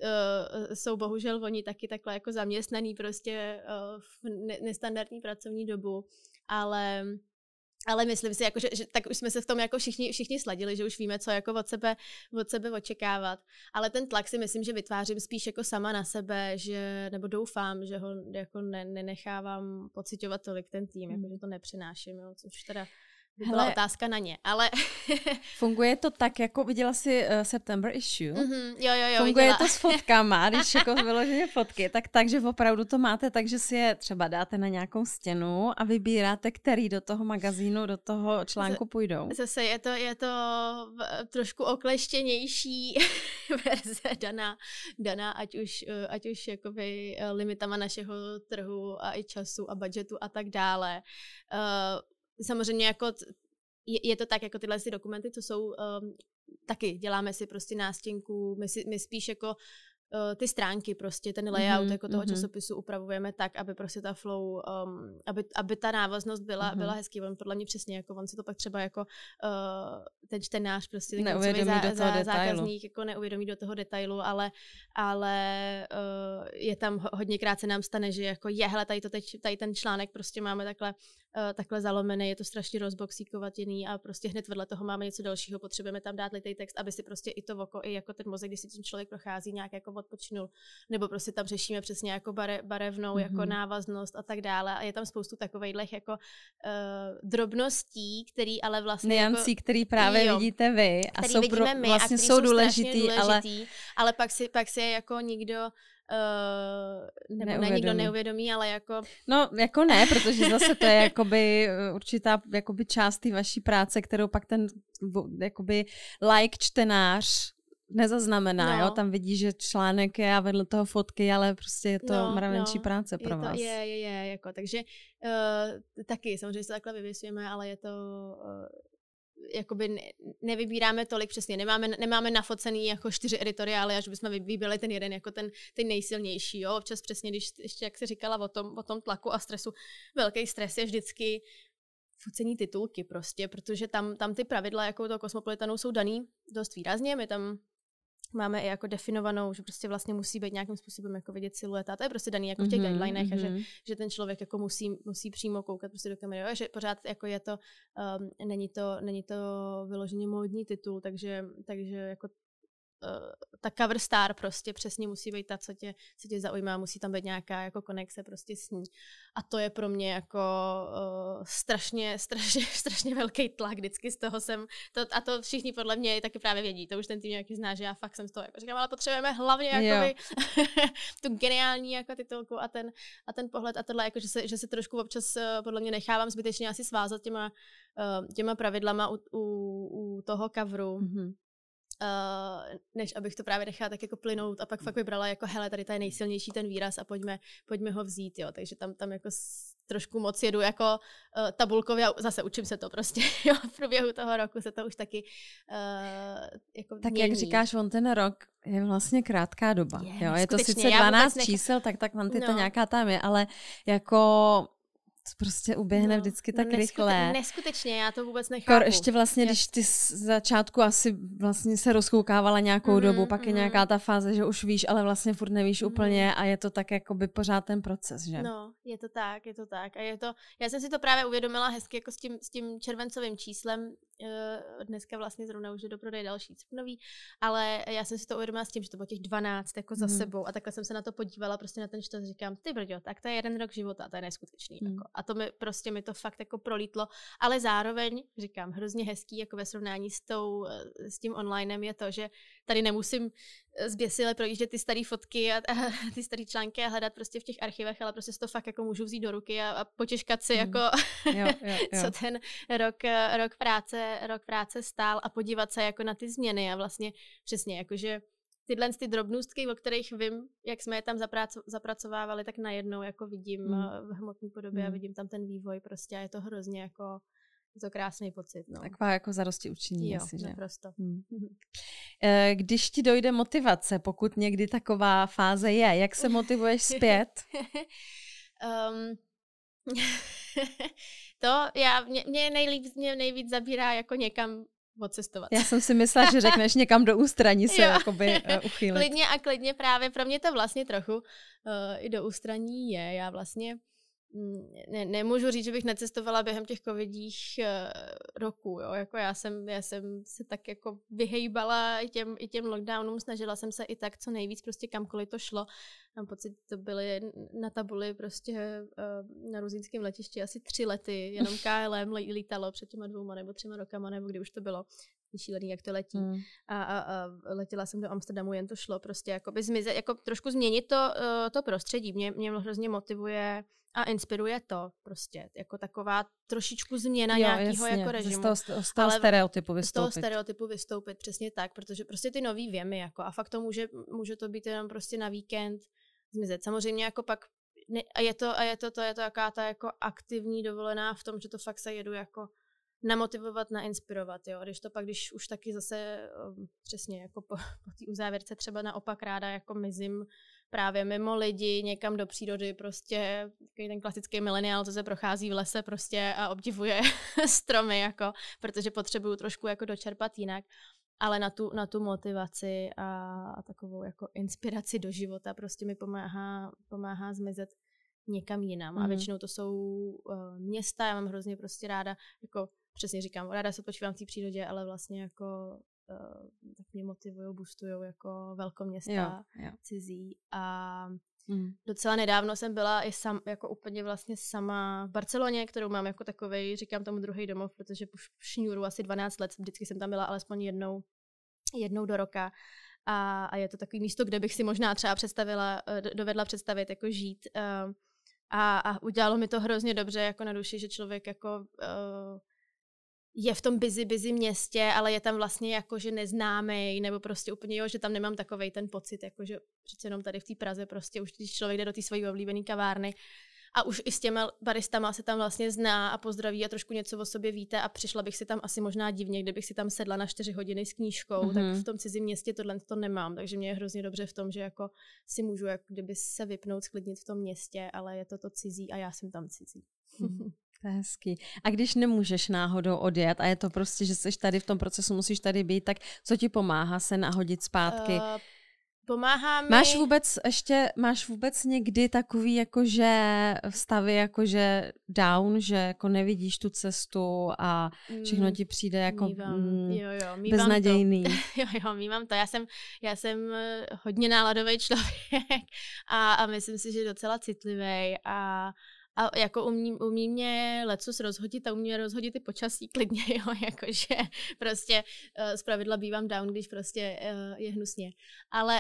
uh, jsou bohužel oni taky takhle jako zaměstnaný prostě uh, v ne- nestandardní pracovní dobu, ale ale myslím si, jako, že, že tak už jsme se v tom jako všichni, všichni sladili, že už víme, co jako od sebe, od sebe očekávat, ale ten tlak si myslím, že vytvářím spíš jako sama na sebe, že, nebo doufám, že ho jako ne, nenechávám pociťovat tolik ten tým, jako, že to nepřináším, jo, což teda by byla Hele, otázka na ně, ale... funguje to tak, jako viděla jsi uh, September issue? Mm-hmm, jo, jo, jo, funguje viděla. to s fotkama, když jako vyloženě fotky, tak takže opravdu to máte tak, že si je třeba dáte na nějakou stěnu a vybíráte, který do toho magazínu, do toho článku půjdou. Zase je to, je to trošku okleštěnější verze daná, daná ať už, ať už jakoby limitama našeho trhu a i času a budžetu a tak dále. Uh, Samozřejmě jako je, je to tak, jako tyhle si dokumenty, co jsou, um, taky děláme si prostě nástěnku, my, si, my spíš jako uh, ty stránky prostě, ten layout mm-hmm, jako toho mm-hmm. časopisu upravujeme tak, aby prostě ta flow, um, aby, aby ta návaznost byla, mm-hmm. byla hezký. On podle mě přesně, jako on si to pak třeba jako uh, ten čtenář prostě ten neuvědomí zá, do toho zá, detailu. zákazník jako neuvědomí do toho detailu, ale, ale uh, je tam hodněkrát se nám stane, že jako je, hele, tady, to teď, tady ten článek prostě máme takhle Uh, takhle zalomený, je to strašně rozboxíkovatěný a prostě hned vedle toho máme něco dalšího, potřebujeme tam dát litej text, aby si prostě i to oko, i jako ten mozek, když si tím člověk prochází, nějak jako odpočinul, nebo prostě tam řešíme přesně jako bare, barevnou mm-hmm. jako návaznost a tak dále a je tam spoustu takovejhlech jako uh, drobností, který ale vlastně niancí, jako, který právě jo, vidíte vy a jsou pro, my vlastně a jsou, jsou důležitý, důležitý, ale ale pak si, pak si je jako nikdo Uh, nebo ne nikdo neuvědomí, ale jako... No, jako ne, protože zase to je jakoby určitá jakoby část té vaší práce, kterou pak ten jakoby like čtenář nezaznamená, no. jo? Tam vidí, že článek je a vedle toho fotky, ale prostě je to no, mravenčí no, práce pro je vás. To, je, je, je, jako, takže uh, taky samozřejmě se takhle vyvěsujeme, ale je to... Uh, jakoby ne, nevybíráme tolik přesně, nemáme, nemáme nafocený jako čtyři editoriály, až bychom vybírali ten jeden jako ten, ten nejsilnější, jo, občas přesně, když ještě jak jsi říkala o tom, o tom tlaku a stresu, velký stres je vždycky focení titulky prostě, protože tam, tam ty pravidla jako toho Cosmopolitanu jsou daný dost výrazně, my tam máme i jako definovanou, že prostě vlastně musí být nějakým způsobem jako vidět silueta. To je prostě daný jako v těch mm-hmm, guidelinech, mm-hmm. a že, že ten člověk jako musí, musí přímo koukat prostě do kamery. A že pořád jako je to, um, není to, není to vyloženě módní titul, takže, takže jako Uh, ta cover star prostě přesně musí být ta, co tě, co tě zaujímá, musí tam být nějaká jako konexe prostě s ní. A to je pro mě jako uh, strašně, strašně, strašně velký tlak, vždycky z toho jsem, to, a to všichni podle mě taky právě vědí, to už ten tým nějaký zná, že já fakt jsem z toho jako říkám, ale potřebujeme hlavně jakoby, tu geniální jako titulku a ten, a ten pohled a tohle, jako, že, se, že se trošku občas uh, podle mě nechávám zbytečně asi svázat těma, uh, těma pravidlama u, u, u toho coveru. Mm-hmm. Uh, než abych to právě nechala tak jako plynout a pak fakt vybrala jako hele, tady to je nejsilnější ten výraz a pojďme, pojďme ho vzít, jo, takže tam, tam jako s, trošku moc jedu jako uh, tabulkově a zase učím se to prostě, jo, v průběhu toho roku se to už taky uh, jako tak mění. Jak říkáš, on ten rok je vlastně krátká doba, je, jo, je to sice dvanáct nech... čísel, tak tak tam ty no. to nějaká tam je, ale jako prostě uběhne no, vždycky tak no rychle. Neskutečně, já to vůbec nechápu. Kor ještě vlastně, já... když ty z začátku asi vlastně se rozkoukávala nějakou mm-hmm, dobu, pak mm-hmm. je nějaká ta fáze, že už víš, ale vlastně furt nevíš mm-hmm. úplně a je to tak jakoby pořád ten proces, že? No, je to tak, je to tak. A je to, já jsem si to právě uvědomila hezky jako s tím, s tím červencovým číslem. Dneska vlastně zrovna už je do prodeje další srpnový, ale já jsem si to uvědomila s tím, že to bylo těch dvanáct jako za mm. sebou a takhle jsem se na to podívala prostě na ten čtas, říkám, ty brďo, tak to je jeden rok života a to je neskutečný. Mm. Jako. A to mi prostě mi to fakt jako prolítlo, ale zároveň, říkám, hrozně hezký jako ve srovnání s, tou, s tím onlinem je to, že tady nemusím zběsile projíždět ty staré fotky a, a ty staré články a hledat prostě v těch archivech, ale prostě si to fakt jako můžu vzít do ruky a, a potěškat si mm. jako jo, jo, jo. co ten rok, rok práce, rok práce stál a podívat se jako na ty změny a vlastně přesně jakože tyhle ty drobnůstky, o kterých vím, jak jsme je tam zapraco- zapracovávali, tak najednou jako vidím mm. v hmotné podobě mm. a vidím tam ten vývoj prostě a je to hrozně jako je to krásný pocit. No. Taková jako zarosti učení. Jo, asi, že? naprosto. Hmm. Když ti dojde motivace, pokud někdy taková fáze je, jak se motivuješ zpět? um, to já, mě, mě, nejlíp, mě nejvíc zabírá jako někam odcestovat. Já jsem si myslela, že řekneš někam do ústraní se jakoby uh, uchýlit. Klidně a klidně právě pro mě to vlastně trochu uh, i do ústraní je. Já vlastně Ne, nemůžu říct, že bych necestovala během těch covidích uh, roků, jo, jako já jsem, já jsem se tak jako vyhejbala i těm, i těm lockdownům, snažila jsem se i tak co nejvíc prostě kamkoliv to šlo. Mám pocit, to byly na tabuli prostě uh, na ruzínském letišti asi tři lety, jenom K L M lítalo před těma dvouma nebo třema rokama, nebo kdy už to bylo. Šílený, jak to letí. Hmm. A, a, a letěla jsem do Amsterdamu, jen to šlo prostě jakoby zmizet, jako trošku změnit to, uh, to prostředí. Mě, mě hrozně motivuje a inspiruje to prostě, jako taková trošičku změna nějakého jako režimu. Z toho, z toho stereotypu vystoupit. Z toho stereotypu vystoupit, přesně tak, protože prostě ty nový věmy, jako a fakt to může, může to být jenom prostě na víkend zmizet. Samozřejmě jako pak ne, a je to, a je to, to je to jaká ta jako aktivní dovolená v tom, že to fakt se jedu jako namotivovat, nainspirovat, jo. Když to pak, když už taky zase um, přesně jako po, po té uzávěrce třeba naopak ráda jako mizím právě mimo lidi, někam do přírody, prostě takový ten klasický mileniál, co se prochází v lese prostě a obdivuje stromy, jako, protože potřebuju trošku jako dočerpat jinak, ale na tu, na tu motivaci a, a takovou jako inspiraci do života prostě mi pomáhá, pomáhá zmizet někam jinam. Mm. A většinou to jsou uh, města, já mám hrozně prostě ráda, jako přesně říkám, ráda se počívám v té přírodě, ale vlastně jako uh, tak mě motivujou, boostujou jako velkoměsta, jo, jo. cizí. A mm. docela nedávno jsem byla i sam, jako úplně vlastně sama v Barceloně, kterou mám jako takovej, říkám tomu druhý domov, protože už šňůru asi dvanáct let, vždycky jsem tam byla alespoň jednou, jednou do roka. A, a je to takový místo, kde bych si možná třeba představila, dovedla představit jako žít. Uh, A, a udělalo mi to hrozně dobře jako na duši, že člověk jako uh, je v tom busy, busy městě, ale je tam vlastně jako, že neznámej, nebo prostě úplně jo, že tam nemám takovej ten pocit, jako že přece jenom tady v té Praze prostě už když člověk jde do té svojí oblíbené kavárny a už i s těma baristama se tam vlastně zná a pozdraví a trošku něco o sobě víte a přišla bych si tam asi možná divně, kdybych si tam sedla na čtyři hodiny s knížkou, mm-hmm. tak v tom cizím městě tohle to nemám, takže mě je hrozně dobře v tom, že jako si můžu jak kdyby se vypnout, sklidnit v tom městě, ale je to to cizí a já jsem tam cizí. Mm. To je hezký. A když nemůžeš náhodou odjet a je to prostě, že jsi tady v tom procesu, musíš tady být, tak co ti pomáhá se nahodit zpátky? Uh, pomáhá mi... Máš vůbec ještě, máš vůbec někdy takový jakože stavy jakože down, že jako nevidíš tu cestu a všechno ti přijde jako mívám, jo, jo, mívám beznadějný? To. jo, jo, mívám to. Já jsem, já jsem hodně náladový člověk a, a myslím si, že docela citlivý a A jako umí, umí mě lecos rozhodit a umí mě rozhodit i počasí klidně, jo, jakože prostě uh, zpravidla bývám down, když prostě uh, je hnusně. Ale,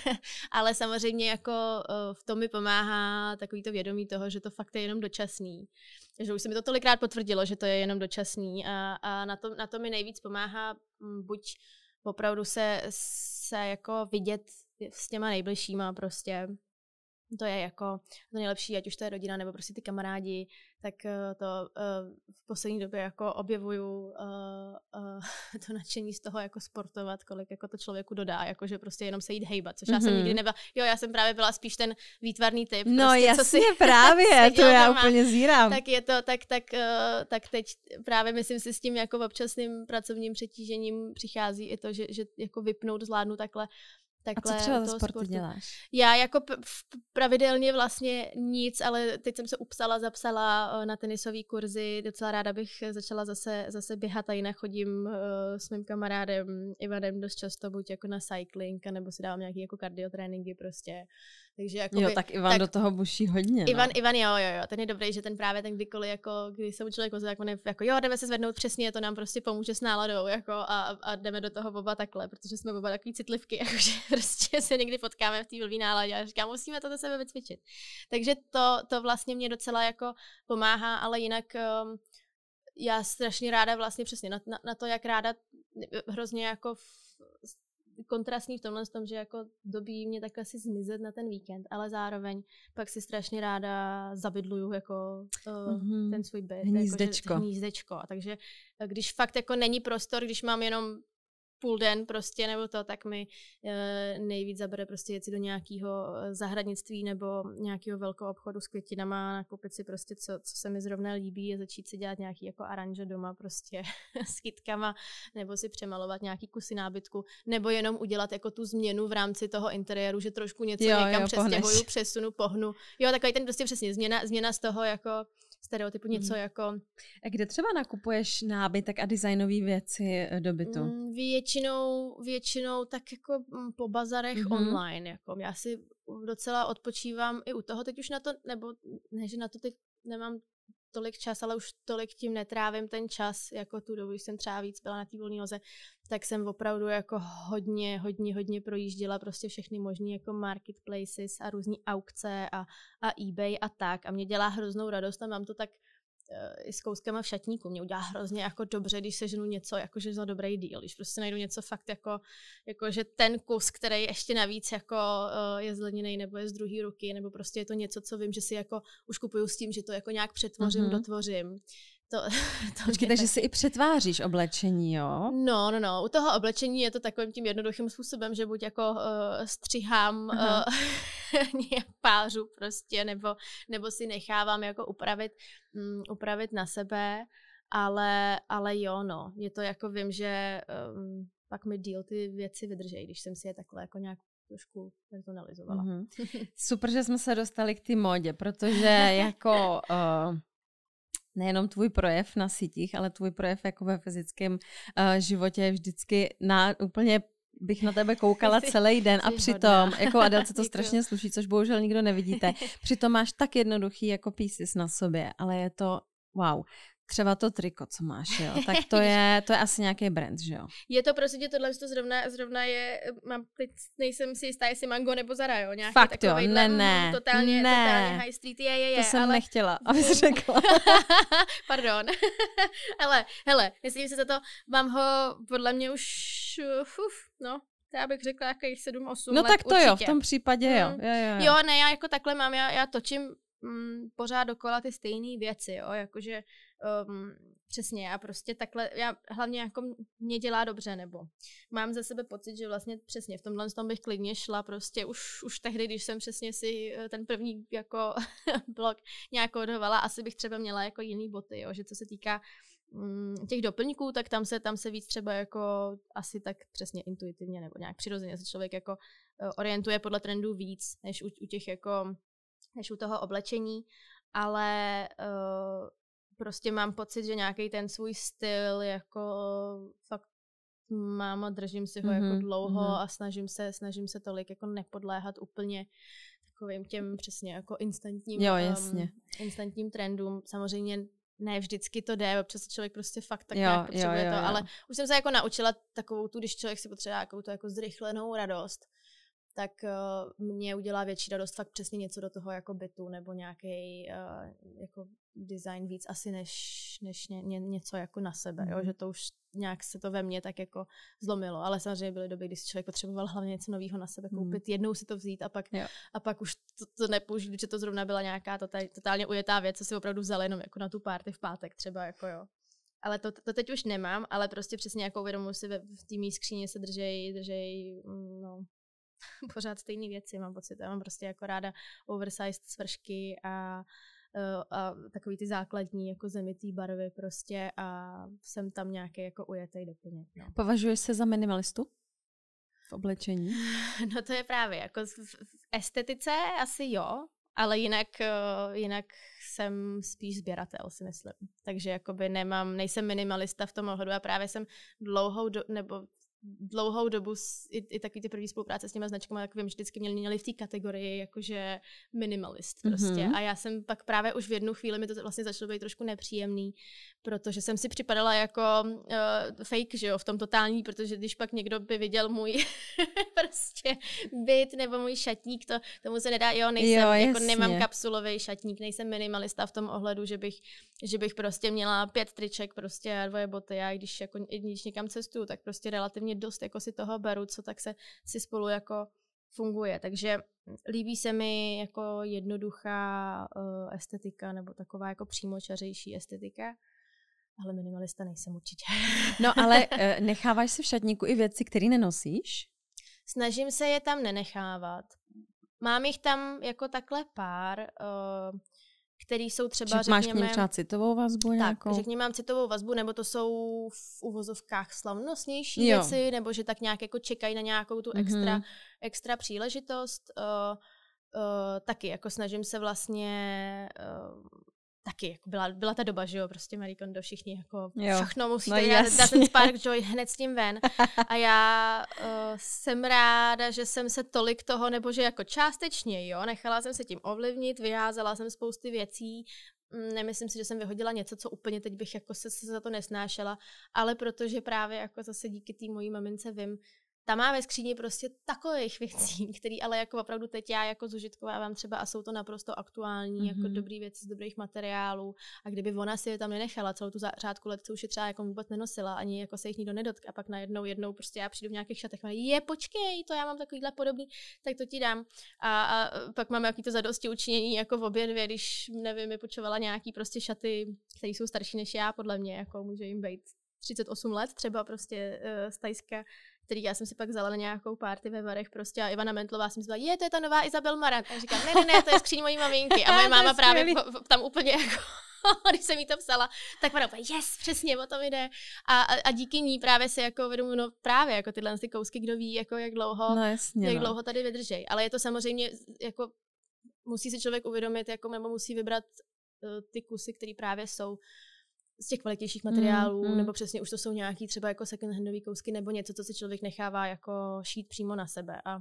ale samozřejmě jako uh, v tom mi pomáhá takový to vědomí toho, že to fakt je jenom dočasný. Že už se mi to tolikrát potvrdilo, že to je jenom dočasný a, a na, to, na to mi nejvíc pomáhá m, buď opravdu se, se jako vidět s těma nejbližšíma prostě. To je jako to nejlepší, ať už to je rodina nebo prostě ty kamarádi, tak to uh, v poslední době jako objevuju uh, uh, to nadšení z toho jako sportovat, kolik jako to člověku dodá, jakože prostě jenom se jít hejbat, což mm-hmm. já jsem nikdy nebyla, jo, já jsem právě byla spíš ten výtvarný typ. No prostě, jasně, co si právě, to já doma, úplně zírám. Tak je to, tak, tak, uh, tak teď právě myslím si s tím jako občasným pracovním přetížením přichází i to, že, že jako vypnout, zvládnu takhle. Takhle, a co třeba za sporty sportu. děláš? Já jako p- pravidelně vlastně nic, ale teď jsem se upsala, zapsala na tenisové kurzy, docela ráda bych začala zase, zase běhat a jinak chodím uh, s mým kamarádem Ivanem dost často, buď jako na cycling, nebo si dávám nějaký jako kardiotréninky prostě. Takže jakoby, jo, tak Ivan tak, do toho buší hodně. No. Ivan, Ivan jo, jo, jo, ten je dobrý, že ten právě ten kdykoliv, jako, když se mu člověk ozve, jako, jako jo, jdeme se zvednout přesně, to nám prostě pomůže s náladou, jako, a, a jdeme do toho oba takhle, protože jsme oba takový citlivky, jakože prostě se někdy potkáme v té blbý náladě a říkám, musíme to do sebe vycvičit. Takže to, to vlastně mě docela jako pomáhá, ale jinak um, já strašně ráda vlastně přesně na, na, na to, jak ráda hrozně jako v, kontrastní v tomhle tom, že jako dobí mě takhle si zmizet na ten víkend, ale zároveň pak si strašně ráda zabydluju jako uh, mm-hmm. ten svůj byt. Hnízdečko. Jako, hnízdečko. A takže když fakt jako není prostor, když mám jenom půl den prostě nebo to, tak mi e, nejvíc zabere prostě jet si do nějakého zahradnictví nebo nějakého velkého obchodu s květinama, nakoupit si prostě co, co se mi zrovna líbí a začít si dělat nějaký jako aranže doma prostě s kytkama nebo si přemalovat nějaký kusy nábytku nebo jenom udělat jako tu změnu v rámci toho interiéru, že trošku něco jo, někam jo, přestěhuju, přesunu, pohnu. Jo, takový ten prostě přesně změna, změna z toho jako stereotypu něco mm. jako... A kde třeba nakupuješ nábytek a designové věci do bytu? Mm, většinou, většinou tak jako po bazarech mm-hmm. online. Jako. Já si docela odpočívám i u toho. Teď už na to, nebo ne, že na to teď nemám tolik čas, ale už tolik tím netrávím ten čas, jako tu dobu, když jsem třeba víc byla na té volné noze, tak jsem opravdu jako hodně, hodně, hodně projížděla prostě všechny možný jako marketplaces a různý aukce a, a eBay a tak. A mě dělá hroznou radost a mám to tak uh, i s kouskama v šatníku. Mě udělá hrozně jako dobře, když seženu něco jakože za dobrý deal. Když prostě najdu něco fakt jako, jako že ten kus, který ještě navíc jako uh, je zleninej nebo je z druhé ruky, nebo prostě je to něco, co vím, že si jako už kupuju s tím, že to jako nějak přetvořím, uh-huh. dotvořím. To, to Počkej, takže si i přetváříš oblečení, jo? No, no, no. U toho oblečení je to takovým tím jednoduchým způsobem, že buď jako uh, střihám, uh, nějak pářu prostě, nebo, nebo si nechávám jako upravit, um, upravit na sebe, ale, ale jo, no. Je to jako vím, že um, pak mi díl ty věci vydržejí, když jsem si je takhle jako nějak trošku personalizovala. Mm-hmm. Super, že jsme se dostali k té módě, protože jako... Uh... nejenom tvůj projev na sítích, ale tvůj projev jako ve fyzickém uh, životě je vždycky na úplně bych na tebe koukala celý den a přitom, jako Adélce to strašně sluší, což bohužel nikdo nevidíte, přitom máš tak jednoduchý jako pieces na sobě, ale je to wow. Třeba to triko, co máš, jo, tak to je, to je asi nějaký brand, že jo? Je to prostě tohle, že to zrovna, zrovna je, mám, teď nejsem si jistá, jestli Mango nebo Zara, jo? Nějaký fakt jo, ne, ne, totálně, ne. totálně high street, je, je, je. To jsem ale... nechtěla, abys řekla. Pardon. hele, hele, myslím si za to, mám ho podle mě už, uf, no, já bych řekla nějakých sedm osm no let tak to určitě. Jo, v tom případě jo. Mm. jo, jo, jo. Jo, ne, já jako takhle mám, já, já točím mm, pořád dokola ty stejné věci, jo, jakože um, přesně, já prostě takhle, já hlavně jako mě dělá dobře, nebo mám za sebe pocit, že vlastně přesně v tomhle tom bych klidně šla prostě už, už tehdy, když jsem přesně si ten první jako blog nějak odhovala, asi bych třeba měla jako jiný boty, jo, že co se týká těch doplňků, tak tam se, tam se víc třeba jako asi tak přesně intuitivně nebo nějak přirozeně se člověk jako orientuje podle trendů víc, než u, u těch jako, než u toho oblečení, ale uh, prostě mám pocit, že nějaký ten svůj styl jako fakt mám a držím si ho mm-hmm, jako dlouho mm-hmm. a snažím se, snažím se tolik jako nepodléhat úplně takovým těm přesně jako instantním, jo, jasně. Um, instantním trendům. Samozřejmě ne vždycky to jde, občas se člověk prostě fakt tak jo, nějak potřebuje jo, jo, to, jo. ale už jsem se jako naučila takovou tu, když člověk si potřebuje takovou tu jako zrychlenou radost, tak uh, mě udělá větší radost fakt přesně něco do toho jako bytu nebo nějaký uh, jako design víc asi než, než ně, ně, něco jako na sebe, mm. jo? Že to už nějak se to ve mně tak jako zlomilo, ale samozřejmě byly doby, kdy si člověk potřeboval hlavně něco nového na sebe koupit, mm. jednou si to vzít a pak, a pak už to, to nepoužít, protože to zrovna byla nějaká totál, totálně ujetá věc, co si opravdu vzal jenom jako na tu party v pátek třeba, jako jo. Ale to, to teď už nemám, ale prostě přesně jako uvědomuji si ve, v té mý skříně se držej, držej, no, pořád stejné věci, mám pocit. Já mám prostě jako ráda oversized svršky a, a takový ty základní jako zemitý barvy prostě a jsem tam nějaký jako ujetej doplněk. No. Považuješ se za minimalistu v oblečení? No to je právě, jako v, v estetice asi jo, ale jinak, jinak jsem spíš sběratel, si myslím. Takže jakoby nemám, nejsem minimalista v tom ohledu a právě jsem dlouhou do, nebo dlouhou dobu i, i takový ty první spolupráce s těma značkama, tak vím, vždycky měli, měli v té kategorii jakože minimalist prostě. Mm-hmm. A já jsem pak právě už v jednu chvíli mi to vlastně začalo být trošku nepříjemný, protože jsem si připadala jako uh, fake, že jo, v tom totální, protože když pak někdo by viděl můj prostě byt nebo můj šatník, to tomu se nedá, jo, nejsem, jo, jako nemám kapsulový šatník, nejsem minimalista v tom ohledu, že bych, že bych prostě měla pět triček prostě a dvoje boty a když jako když někam cestuju, tak prostě relativně dost jako si toho beru, co tak se si spolu jako funguje. Takže líbí se mi jako jednoduchá uh, estetika nebo taková jako přímočařejší estetika, ale minimalista nejsem určitě. No ale uh, necháváš si v šatníku i věci, které nenosíš? Snažím se je tam nenechávat. Mám jich tam jako takhle pár, uh, který jsou třeba, Čiže řekněme... máš k ním třeba citovou vazbu nějakou? Tak, řekněme, mám citovou vazbu, nebo to jsou v uvozovkách slavnostnější jo. věci, nebo že tak nějak jako čekají na nějakou tu extra, mm-hmm. extra příležitost. Uh, uh, taky, jako snažím se vlastně... Uh, taky, jako byla, byla ta doba, že jo, prostě Marie Kondo, všichni jako jo. všechno musíte no, dát ten Spark Joy hned s tím ven. A já uh, jsem ráda, že jsem se tolik toho, nebo že jako částečně, jo, nechala jsem se tím ovlivnit, vyházela jsem spousty věcí, nemyslím si, že jsem vyhodila něco, co úplně teď bych jako se, se za to nesnášela, ale protože právě jako zase díky té mojí mamince vím, tam má ve skříni prostě takových věcí, které ale jako opravdu teď já jako zužitkovávám třeba a jsou to naprosto aktuální, mm-hmm. jako dobrý věci z dobrých materiálů a kdyby ona si je tam nenechala celou tu řádku let, co už je třeba jako vůbec nenosila, ani jako se jich nikdo nedotkl a pak najednou jednou prostě já přijdu v nějakých šatech a je, počkej, to já mám takovýhle podobný, tak to ti dám. A, a pak mám jaký to zadosti učinění jako v obě dvě, když nevím, mi půjčovala nějaký prostě šaty, které jsou starší než já, podle mě, jako může jim být třicet osm let, třeba prostě uh, z Tajska, který já jsem si pak vzala na nějakou party ve Varech prostě a Ivana Mentlová jsem si byla, je, to je ta nová Isabel Marant. A říkám, ne, ne, ne, to je skříň mojí maminky. A moje máma právě po, tam úplně jako, když jsem jí to psala, tak ona úplně, yes, přesně, o tom jde. A, a, a díky ní právě si jako vědomu, no právě jako tyhle ty kousky, kdo ví, jako jak dlouho, no, jasně, jak no. dlouho tady vydržej. Ale je to samozřejmě, jako musí si člověk uvědomit, jako nebo musí vybrat uh, ty kusy, které právě jsou z těch kvalitnějších materiálů, mm, mm. nebo přesně už to jsou nějaký třeba jako second handový kousky, nebo něco, co si člověk nechává jako šít přímo na sebe. A,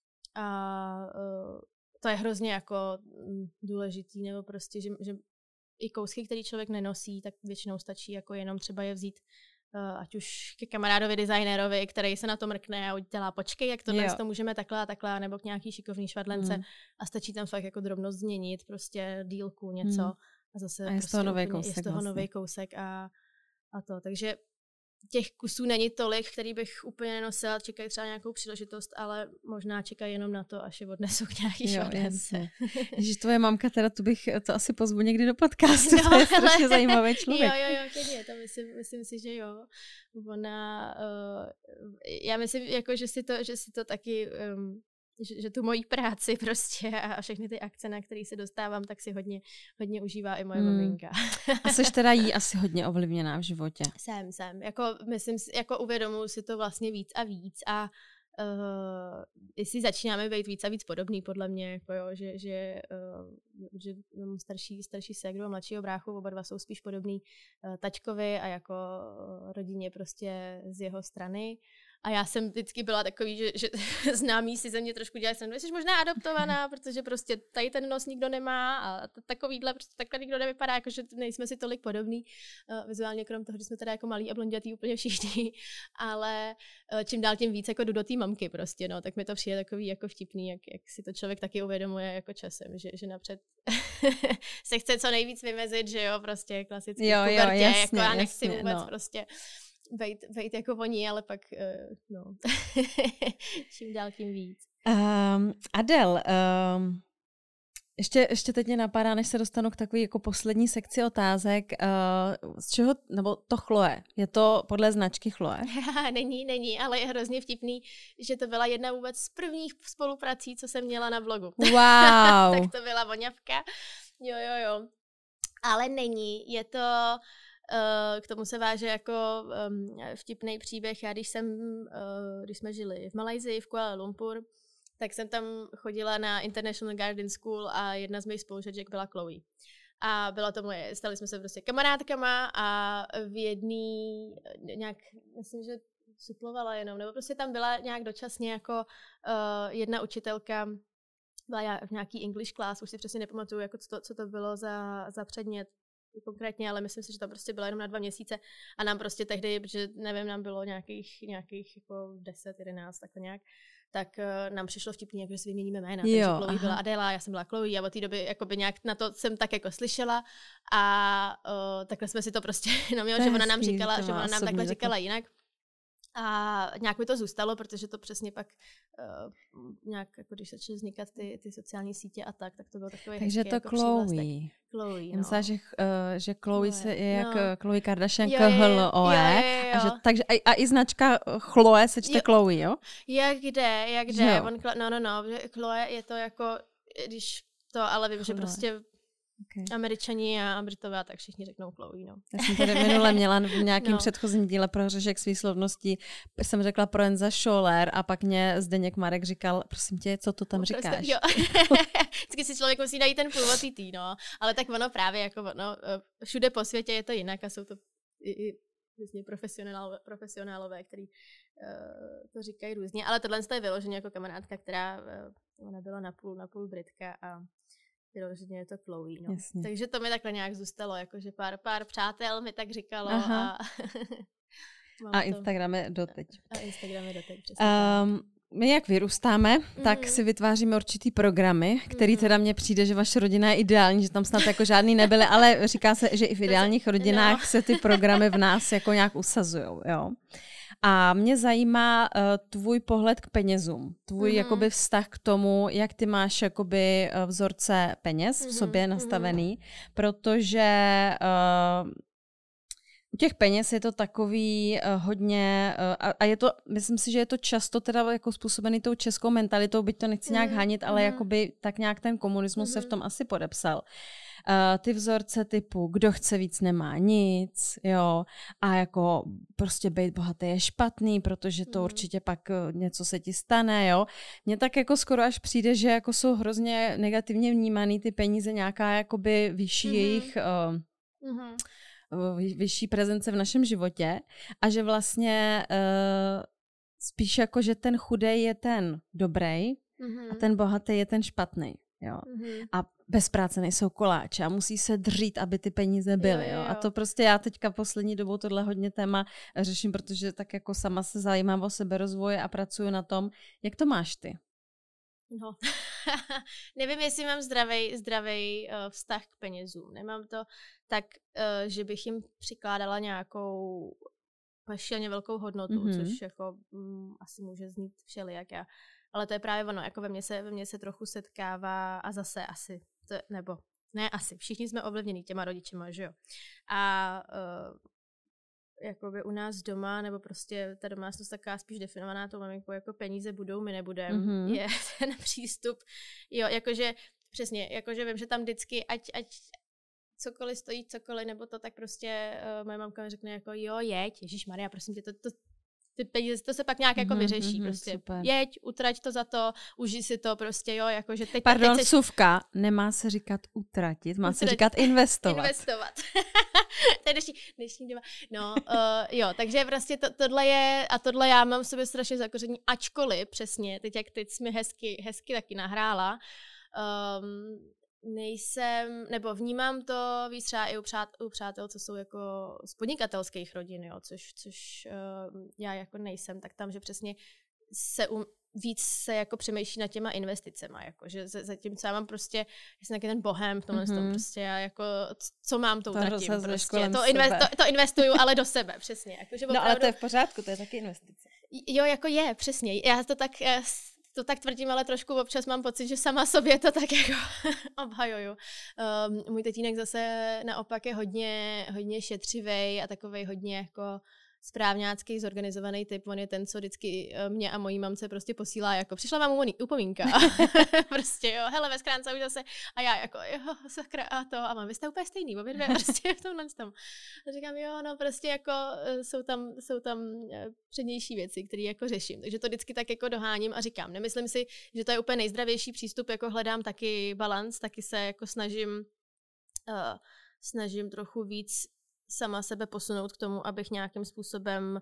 a uh, to je hrozně jako důležitý, nebo prostě, že, že i kousky, které člověk nenosí, tak většinou stačí jako jenom třeba je vzít, uh, ať už ke kamarádovi designérovi, který se na to mrkne a udělá, počkej, jak tohle to můžeme takhle a takhle, nebo k nějaký šikovný švadlence mm. a stačí tam fakt jako drobnost změnit, prostě dílku, něco. Mm. A zase a je z toho prostě nový kousek. Je z toho vlastně. nový kousek a, a to. Takže těch kusů není tolik, který bych úplně nenosila, čekají třeba nějakou příležitost, ale možná čekají jenom na to, až je odnesou k nějaký švadence. Ježiš, tvoje mamka, teda tu bych to asi pozvu někdy do podcastu, no, to je strašně ale... zajímavý člověk. Jo, jo, jo, klidně, to myslím, myslím si, že jo. Ona, uh, já myslím, jako, že si to, že si to taky... Um, Že, že tu moji práci prostě a všechny ty akce, na které se dostávám, tak si hodně, hodně užívá i moje hmm. maminka. A jsi teda jí asi hodně ovlivněná v životě. Jsem, jsem. Jako, myslím, jako uvědomuji si to vlastně víc a víc a uh, jestli začínáme být víc a víc podobný, podle mě, jako jo, že, že, uh, že mám starší, starší ségru a mladšího bráchu, oba dva jsou spíš podobný uh, tačkovi a jako uh, rodině prostě z jeho strany. A já jsem vždycky byla takový, že, že známí si ze mě trošku dělali, jsem, jsi možná adoptovaná, protože prostě tady ten nos nikdo nemá a takovýhle, prostě takhle nikdo nevypadá, jakože nejsme si tolik podobný uh, vizuálně, krom toho, že jsme teda jako malí a blondětý úplně všichni, ale uh, čím dál tím víc jako jdu do té mamky prostě, no, tak mi to přijde takový jako vtipný, jak, jak si to člověk taky uvědomuje jako časem, že, že napřed se chce co nejvíc vymezit, že jo, prostě klasicky jo, v pubertě, jo, jasně, jako já nechci jasně, vůbec no. prostě Vejt, vejt jako voní, ale pak, uh, no, čím dál tím víc. Um, Adel, um, ještě, ještě teď mě napadá, než se dostanu k takové jako poslední sekci otázek, uh, z čeho, nebo to Chloe, je to podle značky Chloe? není, není, ale je hrozně vtipný, že to byla jedna vůbec z prvních spoluprací, co jsem měla na blogu. Wow. Tak to byla voňavka, jo, jo, jo. Ale není, je to... Uh, k tomu se váže jako um, vtipný příběh. Já když jsem, uh, když jsme žili v Malajsii, v Kuala Lumpur, tak jsem tam chodila na International Garden School a jedna z mých spolužaček byla Chloe. A byla to moje, stali jsme se prostě kamarádkama a v jedný nějak, myslím, že suplovala jenom, nebo prostě tam byla nějak dočasně jako uh, jedna učitelka, byla v nějaký English class, už si přesně nepamatuju, jako co to, co to bylo za, za předmět konkrétně, ale myslím si, že to prostě bylo jenom na dva měsíce a nám prostě tehdy, protože nevím, nám bylo nějakých, nějakých jako deset, jedenáct, tak nějak, tak uh, nám přišlo vtipný, jako, že si vyměníme jména. Jo, takže Chloe byla Adela, já jsem byla Chloe a od té doby jakoby nějak na to jsem tak jako slyšela a uh, takhle jsme si to prostě, no jo, že ona nám říkala, že ona nám takhle říkala jinak. A nějak mi to zůstalo, protože to přesně pak uh, nějak, jako když začaly vznikat ty, ty sociální sítě a tak, tak to bylo takový takže hezký to jako Chloe. Chloe, no. Já myslím, že, uh, že Chloe se je jak no. Chloe Kardashian, jo, K H L O E. A, že, takže, a, a i značka Chloe se čte jo. Chloe, jo? Jak kde, jak kde. On, no, no, no. Chloe je to jako, když to, ale vím, Chloe. Že prostě okay. Američani a Britové, tak všichni řeknou Chloe, no. Já jsem tady minule měla v nějakým no. předchozím díle pro Hřešek svých slovností, jsem řekla pro Enza Scholler a pak mě Zdeněk Marek říkal, prosím tě, co to tam no, říkáš? Jo. Vždycky si člověk musí najít ten původ tý, no. Ale tak ono právě jako ono, všude po světě je to jinak a jsou to i, i profesionálové, profesionálové, který uh, to říkají různě. Ale tohle je vyloženě jako kamarádka, která uh, ona byla napůl, napůl Britka a vyloženě je to Chloe, no. Jasně. Takže to mi takhle nějak zůstalo, jakože pár, pár přátel mi tak říkalo. Aha. A, a Instagram je doteď. A Instagram je doteď, přesně. Um, my jak vyrůstáme, mm. tak si vytváříme určitý programy, který mm. teda mně přijde, že vaše rodina je ideální, že tam snad jako žádný nebyly, ale říká se, že i v ideálních rodinách no. se ty programy v nás jako nějak usazujou, jo. A mě zajímá uh, tvůj pohled k penězům, tvůj mm-hmm. jakoby vztah k tomu, jak ty máš jakoby vzorce peněz mm-hmm. v sobě nastavený, mm-hmm. protože uh, u těch peněz je to takový uh, hodně, uh, a, a je to, myslím si, že je to často teda jako způsobený tou českou mentalitou, byť to nechci mm-hmm. nějak hanit, ale mm-hmm. jakoby tak nějak ten komunismus mm-hmm. se v tom asi podepsal. Uh, ty vzorce typu, kdo chce víc, nemá nic, jo, a jako prostě být bohatý je špatný, protože to mm. určitě pak uh, něco se ti stane, jo. Mně tak jako skoro až přijde, že jako jsou hrozně negativně vnímaný ty peníze, nějaká jakoby vyšší mm. jejich uh, mm. uh, vyšší prezence v našem životě a že vlastně uh, spíš jako, že ten chudej je ten dobrý mm. a ten bohatý je ten špatný. Jo. Mm-hmm. A bez práce nejsou koláče a musí se dřít, aby ty peníze byly. Jo, jo, jo. A to prostě já teďka poslední dobou tohle hodně téma řeším, protože tak jako sama se zajímám o seberozvoj a pracuju na tom. Jak to máš ty? No, nevím, jestli mám zdravej, zdravej uh, vztah k penězům. Nemám to tak, uh, že bych jim přikládala nějakou šíleně velkou hodnotu, mm-hmm. což jako mm, asi může znít všelijak. Já. Ale to je právě ono, jako ve mně se, ve mně se trochu setkává a zase asi, to, nebo ne asi, všichni jsme ovlivnění těma rodičema, že jo. A uh, jakoby u nás doma, nebo prostě ta domácnost taková spíš definovaná tou maminkou, jako peníze budou, my nebudem, mm-hmm. je ten přístup, jo, jakože přesně, jakože vím, že tam vždycky, ať, ať cokoliv stojí, cokoliv, nebo to, tak prostě uh, moje mamka mi řekne jako jo, jeď, ježišmarja, prosím tě, to, to, ty peníze, to se pak nějak jako vyřeší, mm-hmm, prostě super. Jeď, utrať to za to, užij si to prostě, jo, jakože teď... Pardon, teď suvka, nemá se říkat utratit, má utratit. se říkat investovat. Investovat. To je dnešní, dnešní doba. No, uh, jo, takže prostě to, tohle je, a tohle já mám v sobě strašně zakoření, ačkoliv přesně, teď jak teď jsi mi hezky, hezky taky nahrála, um, nejsem, nebo vnímám to víc třeba i u, přát, u přátel, co jsou jako z podnikatelských rodin, jo, což, což uh, já jako nejsem, tak tam, že přesně se um, víc se jako přemýšlí nad těma investicema, jako, že zatímco já mám prostě, jsem taky ten bohem v tomhle mm-hmm. tom, prostě já jako, co mám, to utratím, to prostě, to, invest, to, to investuju, ale do sebe, přesně. Jako, že opravdu, no ale to je v pořádku, to je taky investice. Jo, jako je, přesně, já to tak... To tak tvrdím, ale trošku občas mám pocit, že sama sobě to tak jako obhajuju. Um, můj tatínek zase naopak je hodně, hodně šetřivej a takovej hodně jako správňácký, zorganizovaný typ. On je ten, co vždycky mě a mojí mamce prostě posílá jako přišla vám upomínka. Prostě jo, hele, ve schránce už zase a já jako jo, sakra a to a mám, vy jste úplně stejný, obě dvě prostě v tomhle tom. A říkám, jo, no prostě jako jsou tam, jsou tam přednější věci, které jako řeším. Takže to vždycky tak jako doháním a říkám, nemyslím si, že to je úplně nejzdravější přístup, jako hledám taky balans, taky se jako snažím uh, snažím trochu víc sama sebe posunout k tomu, abych nějakým způsobem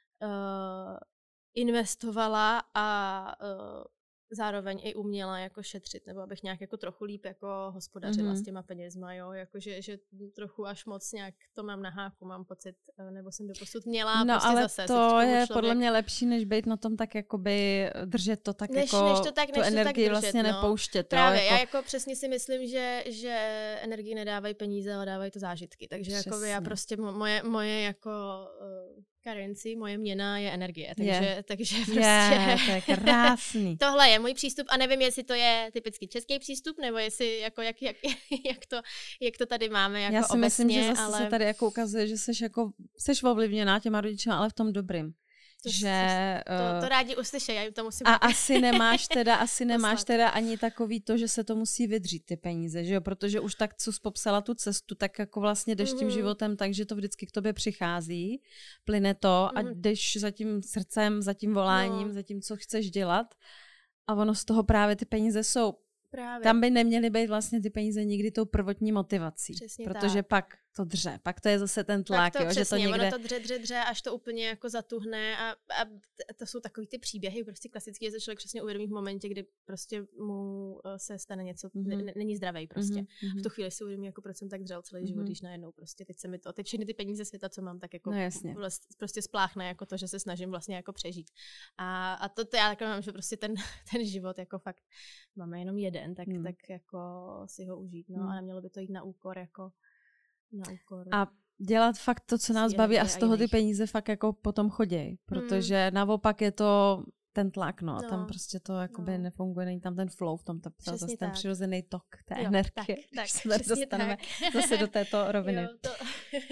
uh, investovala a uh, zároveň i uměla jako šetřit, nebo abych nějak jako trochu líp jako hospodařila mm-hmm. s těma penězma, jo, jakože že trochu až moc nějak to mám na háku, mám pocit, nebo jsem doposud měla. No prostě ale zase, to je člověk... podle mě lepší, než být na tom tak jakoby držet to tak než, jako než to tak, tu než energii to tak držet, vlastně no. nepouštět. Právě, jo, jako... já jako přesně si myslím, že, že energii nedávají peníze, ale dávají to zážitky, takže jako já prostě moje, moje jako uh, currency, moje měna je energie, takže, je. takže prostě... Je, to je krásný. Tohle je můj přístup a nevím, jestli to je typický český přístup, nebo jestli jako jak, jak, jak, to, jak to tady máme jako já si obecně, myslím, že zase ale... se tady jako ukazuje, že jsi jako, jsi ovlivněná těma rodičima, ale v tom dobrým. To, že, to, to rádi uslyšej, já jim to musím... A asi nemáš teda, asi nemáš teda ani takový to, že se to musí vydřít ty peníze, že jo, protože už tak, co jsi popsala tu cestu, tak jako vlastně jdeš mm-hmm. tím životem, takže to vždycky k tobě přichází, plyne to mm-hmm. a jdeš za tím srdcem, za tím voláním, no. za tím, co chceš dělat a ono z toho právě ty peníze jsou. Právě. Tam by neměly být vlastně ty peníze nikdy tou prvotní motivací, přesně protože tak. Pak to dře, pak to je zase ten tlak, to jo, přesně, že to někde... ono to dře, dře, dře, až to úplně jako zatuhne a, a to jsou takový ty příběhy, prostě klasický, že člověk přesně uvědomí v momentě, kdy prostě mu se stane něco, mm-hmm. ne, není zdravej prostě. Mm-hmm. V tu chvíli si uvědomí, jako proč jsem tak dřel celý mm-hmm. život, když najednou prostě teď se mi to, teď všechny ty peníze světa, co mám, tak jako no, vlast, prostě spláchne jako to, že se snažím vlastně jako přežít. A, a to, to já takhle mám, že prostě ten, ten život jako fakt máme jenom jeden, tak, mm. tak jako si ho užít, no, mm. a nemělo by to jít na úkor jako na úkor. A dělat fakt to, co nás baví a z toho ty peníze fakt jako potom choděj, protože mm. naopak je to ten tlak, no, no. tam prostě to jakoby no. nefunguje, není tam ten flow v tom, to, to zase ten přirozený tok té jo, energie, tak, tak, se tady dostaneme tak. zase do této roviny. Jo, to...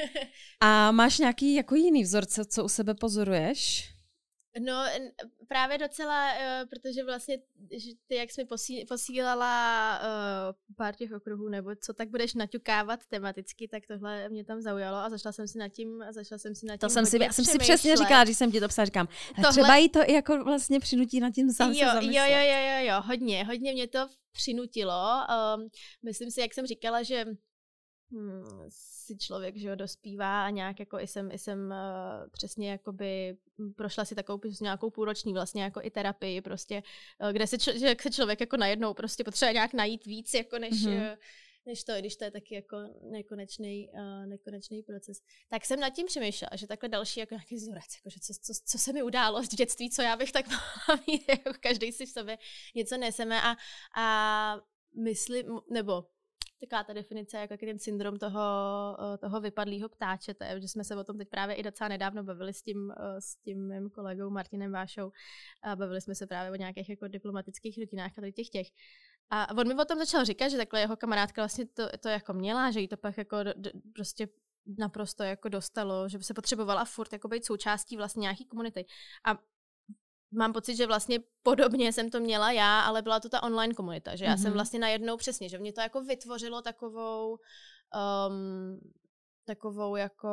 A máš nějaký jako jiný vzorce, co u sebe pozoruješ? No právě docela, uh, protože vlastně že ty, jak jsi mi posí, posílala uh, pár těch okruhů, nebo co tak budeš naťukávat tematicky, tak tohle mě tam zaujalo a začala jsem si nad tím, a začala jsem si nad tím to jsem si, já jsem si přesně říkala, když jsem ti to psala, říkám, tohle... třeba jí to i jako vlastně přinutí nad tím sám jo, se zamyslet. Jo, jo, jo, jo, jo, hodně, hodně mě to přinutilo. Um, myslím si, jak jsem říkala, že Hmm, si člověk, že jo, dospívá a nějak jako i jsem, i jsem uh, přesně jakoby prošla si takovou nějakou půlroční vlastně jako i terapii prostě, uh, kde se, člo, že se člověk jako najednou prostě potřebuje nějak najít víc jako než, mm-hmm. uh, než to, když to je taky jako nekonečný, uh, nekonečný proces. Tak jsem nad tím přemýšlela, že takhle další jako nějaký vzorec, jako že co, co, co se mi událo z dětství, co já bych tak mohla mít, jako každý si v sobě něco neseme a, a myslím, nebo taková ta definice, jako ten syndrom toho, toho vypadlého ptáčete, že jsme se o tom teď právě i docela nedávno bavili s tím, s tím mým kolegou Martinem Vášou a bavili jsme se právě o nějakých jako diplomatických rutinách a těch těch. A on mi o tom začal říkat, že takhle jeho kamarádka vlastně to, to jako měla, že jí to pak jako d, prostě naprosto jako dostalo, že by se potřebovala furt jako být součástí vlastně nějaký komunity. A mám pocit, že vlastně podobně jsem to měla já, ale byla to ta online komunita, že já mm-hmm. jsem vlastně najednou přesně, že mě to jako vytvořilo takovou um, takovou jako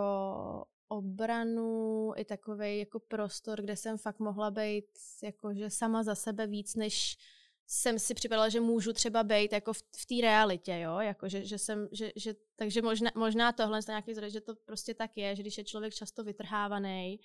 obranu i takovej jako prostor, kde jsem fakt mohla být jakože sama za sebe víc, než jsem si připadala, že můžu třeba být jako v, v té realitě, jo, jako že, že jsem, že, že, takže možná, možná tohle je nějaký zdroj, že to prostě tak je, že když je člověk často vytrhávaný,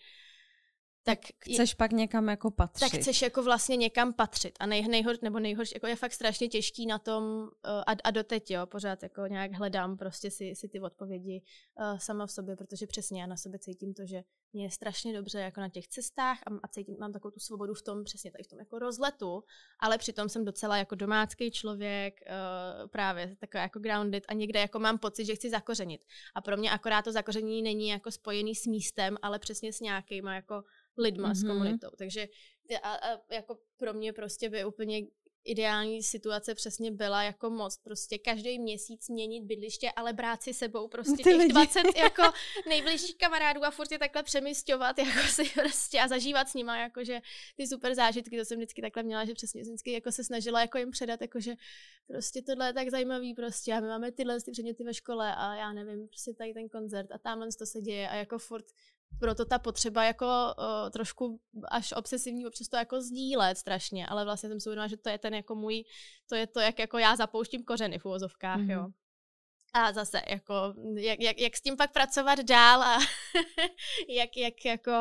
tak chceš pak někam jako patřit. Tak chceš jako vlastně někam patřit a nej, nejhor, nebo nejhorší, jako je fakt strašně těžký na tom a, a doteď, jo, pořád jako nějak hledám prostě si, si ty odpovědi uh, sama v sobě, protože přesně já na sobě cítím to, že mě je strašně dobře jako na těch cestách a, a cítím, mám takovou tu svobodu v tom, přesně tady v tom jako rozletu, ale přitom jsem docela jako domácký člověk, uh, právě taková jako grounded a někde jako mám pocit, že chci zakořenit. A pro mě akorát to zakoření není jako spojený s místem, ale přesně s nějakýma jako lidma, mm-hmm. s komunitou. Takže a, a jako pro mě prostě by úplně ideální situace přesně byla jako moc prostě každý měsíc měnit bydliště, ale brát si sebou prostě ty těch lidi. dvacet jako nejbližších kamarádů a furt je takhle přemysťovat jako si prostě a zažívat s nima jakože ty super zážitky, to jsem vždycky takhle měla, že přesně jsem vždycky jako se snažila jako jim předat, jakože prostě tohle je tak zajímavý prostě a my máme tyhle ty předměty ve škole a já nevím, prostě tady ten koncert a tamhle to se děje a jako furt proto ta potřeba jako uh, trošku až obsesivní občas to jako sdílet strašně, ale vlastně jsem si uvědomila, že to je ten jako můj, to je to, jak jako já zapouštím kořeny v uvozovkách, mm-hmm. jo. A zase, jako, jak, jak, jak s tím pak pracovat dál a jak, jak jako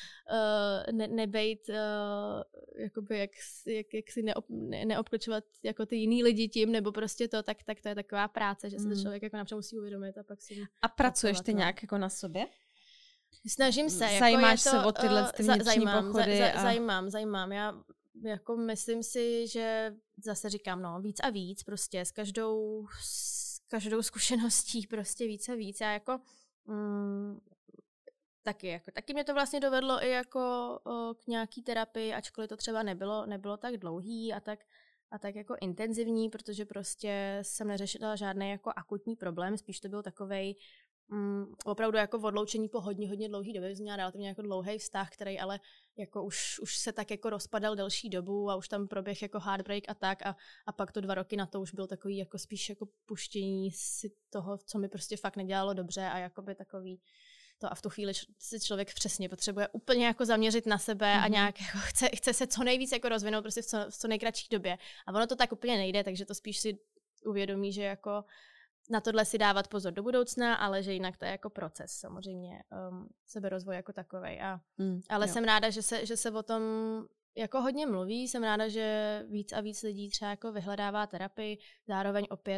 uh, ne, nebejt, uh, jakoby jak, jak, jak si neop, ne, neobkločovat jako ty jiný lidi tím, nebo prostě to, tak, tak to je taková práce, že se to člověk jako napřed musí uvědomit a pak si A pracuješ ty nějak jako na sobě? Snažím se. Jako Zajímáš je to, se o tyhle ty vnitřní zajímám, pochody? Za, za, a... Zajímám, zajímám. Já jako myslím si, že zase říkám, no, víc a víc prostě s každou, s každou zkušeností prostě víc a víc. Já jako mm, taky, jako, taky mě to vlastně dovedlo i jako o, k nějaký terapii, ačkoliv to třeba nebylo, nebylo tak dlouhý a tak, a tak jako intenzivní, protože prostě jsem neřešila žádný jako akutní problém, spíš to byl takovej Mm, opravdu jako odloučení po hodně, hodně dlouhý době. Jsem měla relativně jako dlouhý vztah, který ale jako už, už se tak jako rozpadal delší dobu a už tam proběh jako heartbreak a tak a, a pak to dva roky na to už byl takový jako spíš jako puštění si toho, co mi prostě fakt nedělalo dobře a jakoby takový to a v tu chvíli si člověk přesně potřebuje úplně jako zaměřit na sebe mm-hmm. a nějak jako chce, chce se co nejvíc jako rozvinout prostě v co, v co nejkratší době a ono to tak úplně nejde, takže to spíš si uvědomí, že jako na tohle si dávat pozor do budoucna, ale že jinak to je jako proces samozřejmě, um, seberozvoj jako takovej. A, mm, ale jo. jsem ráda, že se, že se o tom jako hodně mluví, jsem ráda, že víc a víc lidí třeba jako vyhledává terapii, zároveň opět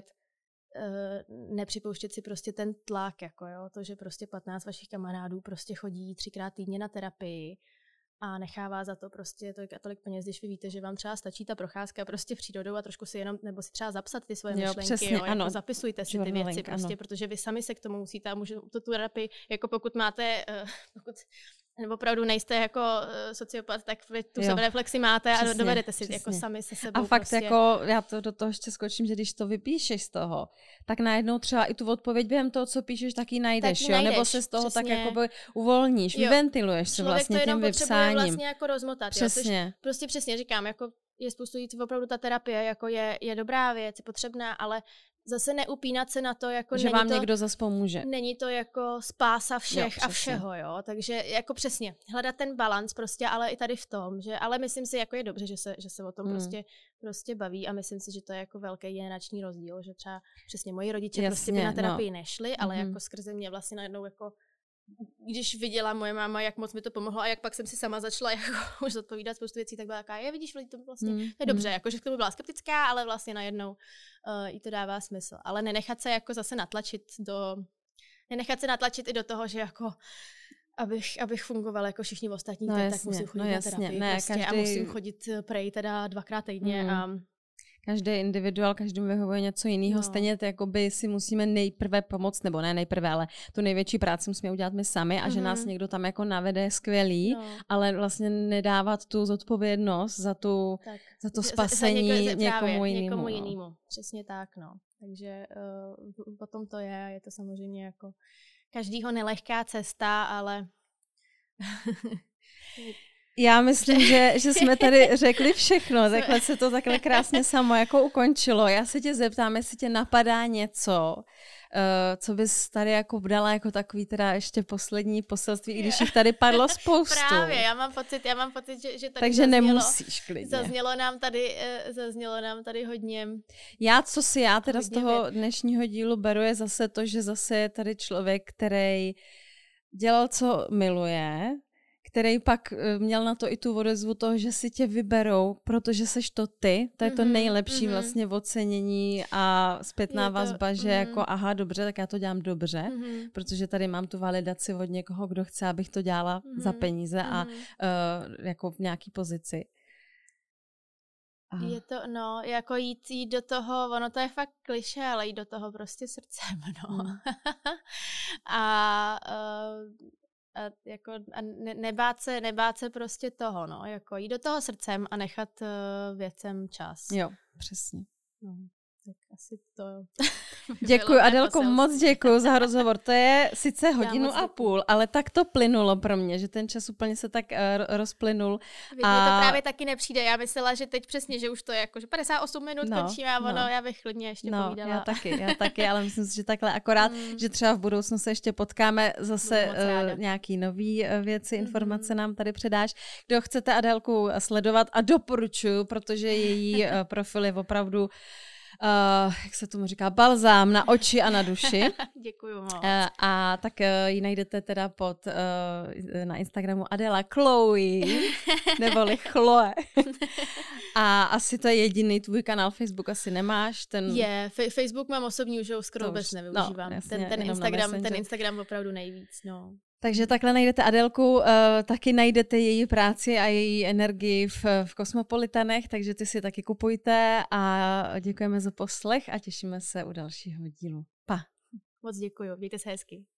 uh, nepřipouštět si prostě ten tlak, jako jo, to, že prostě patnáct vašich kamarádů prostě chodí třikrát týdně na terapii a nechává za to prostě tolik a tolik peněz, když vy víte, že vám třeba stačí ta procházka prostě přírodou a trošku si jenom, nebo si třeba zapsat ty svoje jo, myšlenky, přesně, jo, jako zapisujte si ty věci prostě, ano. Protože vy sami se k tomu musíte a můžete to tu terapii, jako pokud máte, uh, pokud nebo opravdu nejste jako uh, sociopat, tak vy tu sebereflexi máte přesně, a dovedete si přesně. Jako sami se sebou. A fakt prostě. jako, já to do toho ještě skočím, že když to vypíšeš z toho, tak najednou třeba i tu odpověď během toho, co píšeš, taky najdeš, tak jo? Najdeš, nebo se z toho přesně. Tak jakoby uvolníš, jo. vyventiluješ se vlastně tím vypsáním. Člověk to jenom vlastně jako rozmotat. Přesně. Jo? Prostě přesně říkám, jako je spoustu lidí, opravdu ta terapie jako je, je dobrá věc, je potřebná, ale zase neupínat se na to, jako že vám to, někdo zas pomůže. Není to jako spása všech jo, a všeho, jo. Takže jako přesně, hledat ten balans prostě, ale i tady v tom, že, ale myslím si, jako je dobře, že se, že se o tom mm. prostě, prostě baví a myslím si, že to je jako velký generační rozdíl, že třeba přesně moji rodiče jasně, prostě by na terapii no. nešli, ale mm. jako skrze mě vlastně najednou jako když viděla moje máma, jak moc mi to pomohlo a jak pak jsem si sama začala jako už zodpovídat spoustu věcí, tak byla taká, je vidíš, to vlastně, mm, to je dobře, mm. jako, že k tomu byla skeptická, ale vlastně najednou uh, jí to dává smysl. Ale nenechat se jako zase natlačit do, nenechat se natlačit i do toho, že jako abych, abych fungoval jako všichni ostatní, no, tak, jasně, tak musím chodit no, na terapii ne, prostě, každý... a musím chodit prej teda dvakrát týdně mm. a každý individuál, každému vyhovuje něco jiného. No. Stejně to jakoby si musíme nejprve pomoct, nebo ne nejprve, ale tu největší práci musíme udělat my sami a mm-hmm. že nás někdo tam jako navede je skvělý, no. ale vlastně nedávat tu zodpovědnost za, tu, tak. za to spasení za, za něko, někomu jinému. Někomu jinému. No. Přesně tak, no. Takže uh, potom to je, je to samozřejmě jako každýho nelehká cesta, ale... Já myslím, že, že jsme tady řekli všechno, takhle se to takhle krásně samo jako ukončilo. Já se tě zeptám, jestli tě napadá něco, uh, co bys tady jako dala jako takový teda ještě poslední poselství, i když jich tady padlo spoustu. Právě, já mám pocit, já mám pocit, že, že tady Takže zaznělo, nemusíš klidně. Zaznělo nám tady, uh, zaznělo nám tady hodně. Já, co si já teda z toho věd. dnešního dílu beru, je zase to, že zase je tady člověk, který dělal, co miluje, který pak měl na to i tu odezvu toho, že si tě vyberou, protože seš to ty. To je to nejlepší mm-hmm. vlastně ocenění a zpětná vazba, že mm-hmm. jako aha, dobře, tak já to dělám dobře, mm-hmm. protože tady mám tu validaci od někoho, kdo chce, abych to dělala mm-hmm. za peníze mm-hmm. a uh, jako v nějaký pozici. A... Je to, no, jako jít, jít do toho, ono to je fakt klišé, ale jít do toho prostě srdcem, no. Mm. a... Uh, A, jako, a ne, nebát, se, nebát se prostě toho, no, jako jít do toho srdcem a nechat uh, věcem čas. Jo, přesně. No, tak asi to... Děkuji, Adelko, moc děkuji za rozhovor. To je sice hodinu a půl, ale tak to plynulo pro mě, že ten čas úplně se tak uh, rozplynul. Mně a... to právě taky nepřijde. Já myslela, že teď přesně, že už to je jako, že padesát osm minut no, končíme a ono, no. já bych klidně ještě no, povídala. Já taky, já taky, ale myslím si, že takhle akorát, mm. že třeba v budoucnu se ještě potkáme, zase uh, nějaký nový uh, věci, informace mm. nám tady předáš. Kdo chcete Adelku sledovat a doporučuji, protože její uh, profil je opravdu Uh, jak se tomu říká, balzám na oči a na duši. Děkuju moc. Uh, a tak uh, ji najdete teda pod, uh, na Instagramu Adela Chloe, neboli Chloe. A asi to je jediný tvůj kanál, Facebook asi nemáš. Ten... Je, f- Facebook mám osobní, už ho skoro vůbec nevyužívám. No, jasně, ten, ten, Instagram, ten Instagram opravdu nejvíc, no. Takže takhle najdete Adelku, uh, taky najdete její práci a její energii v, v Kosmopolitanech, takže ty si taky kupujte a děkujeme za poslech a těšíme se u dalšího dílu. Pa. Moc děkuju, mějte se hezky.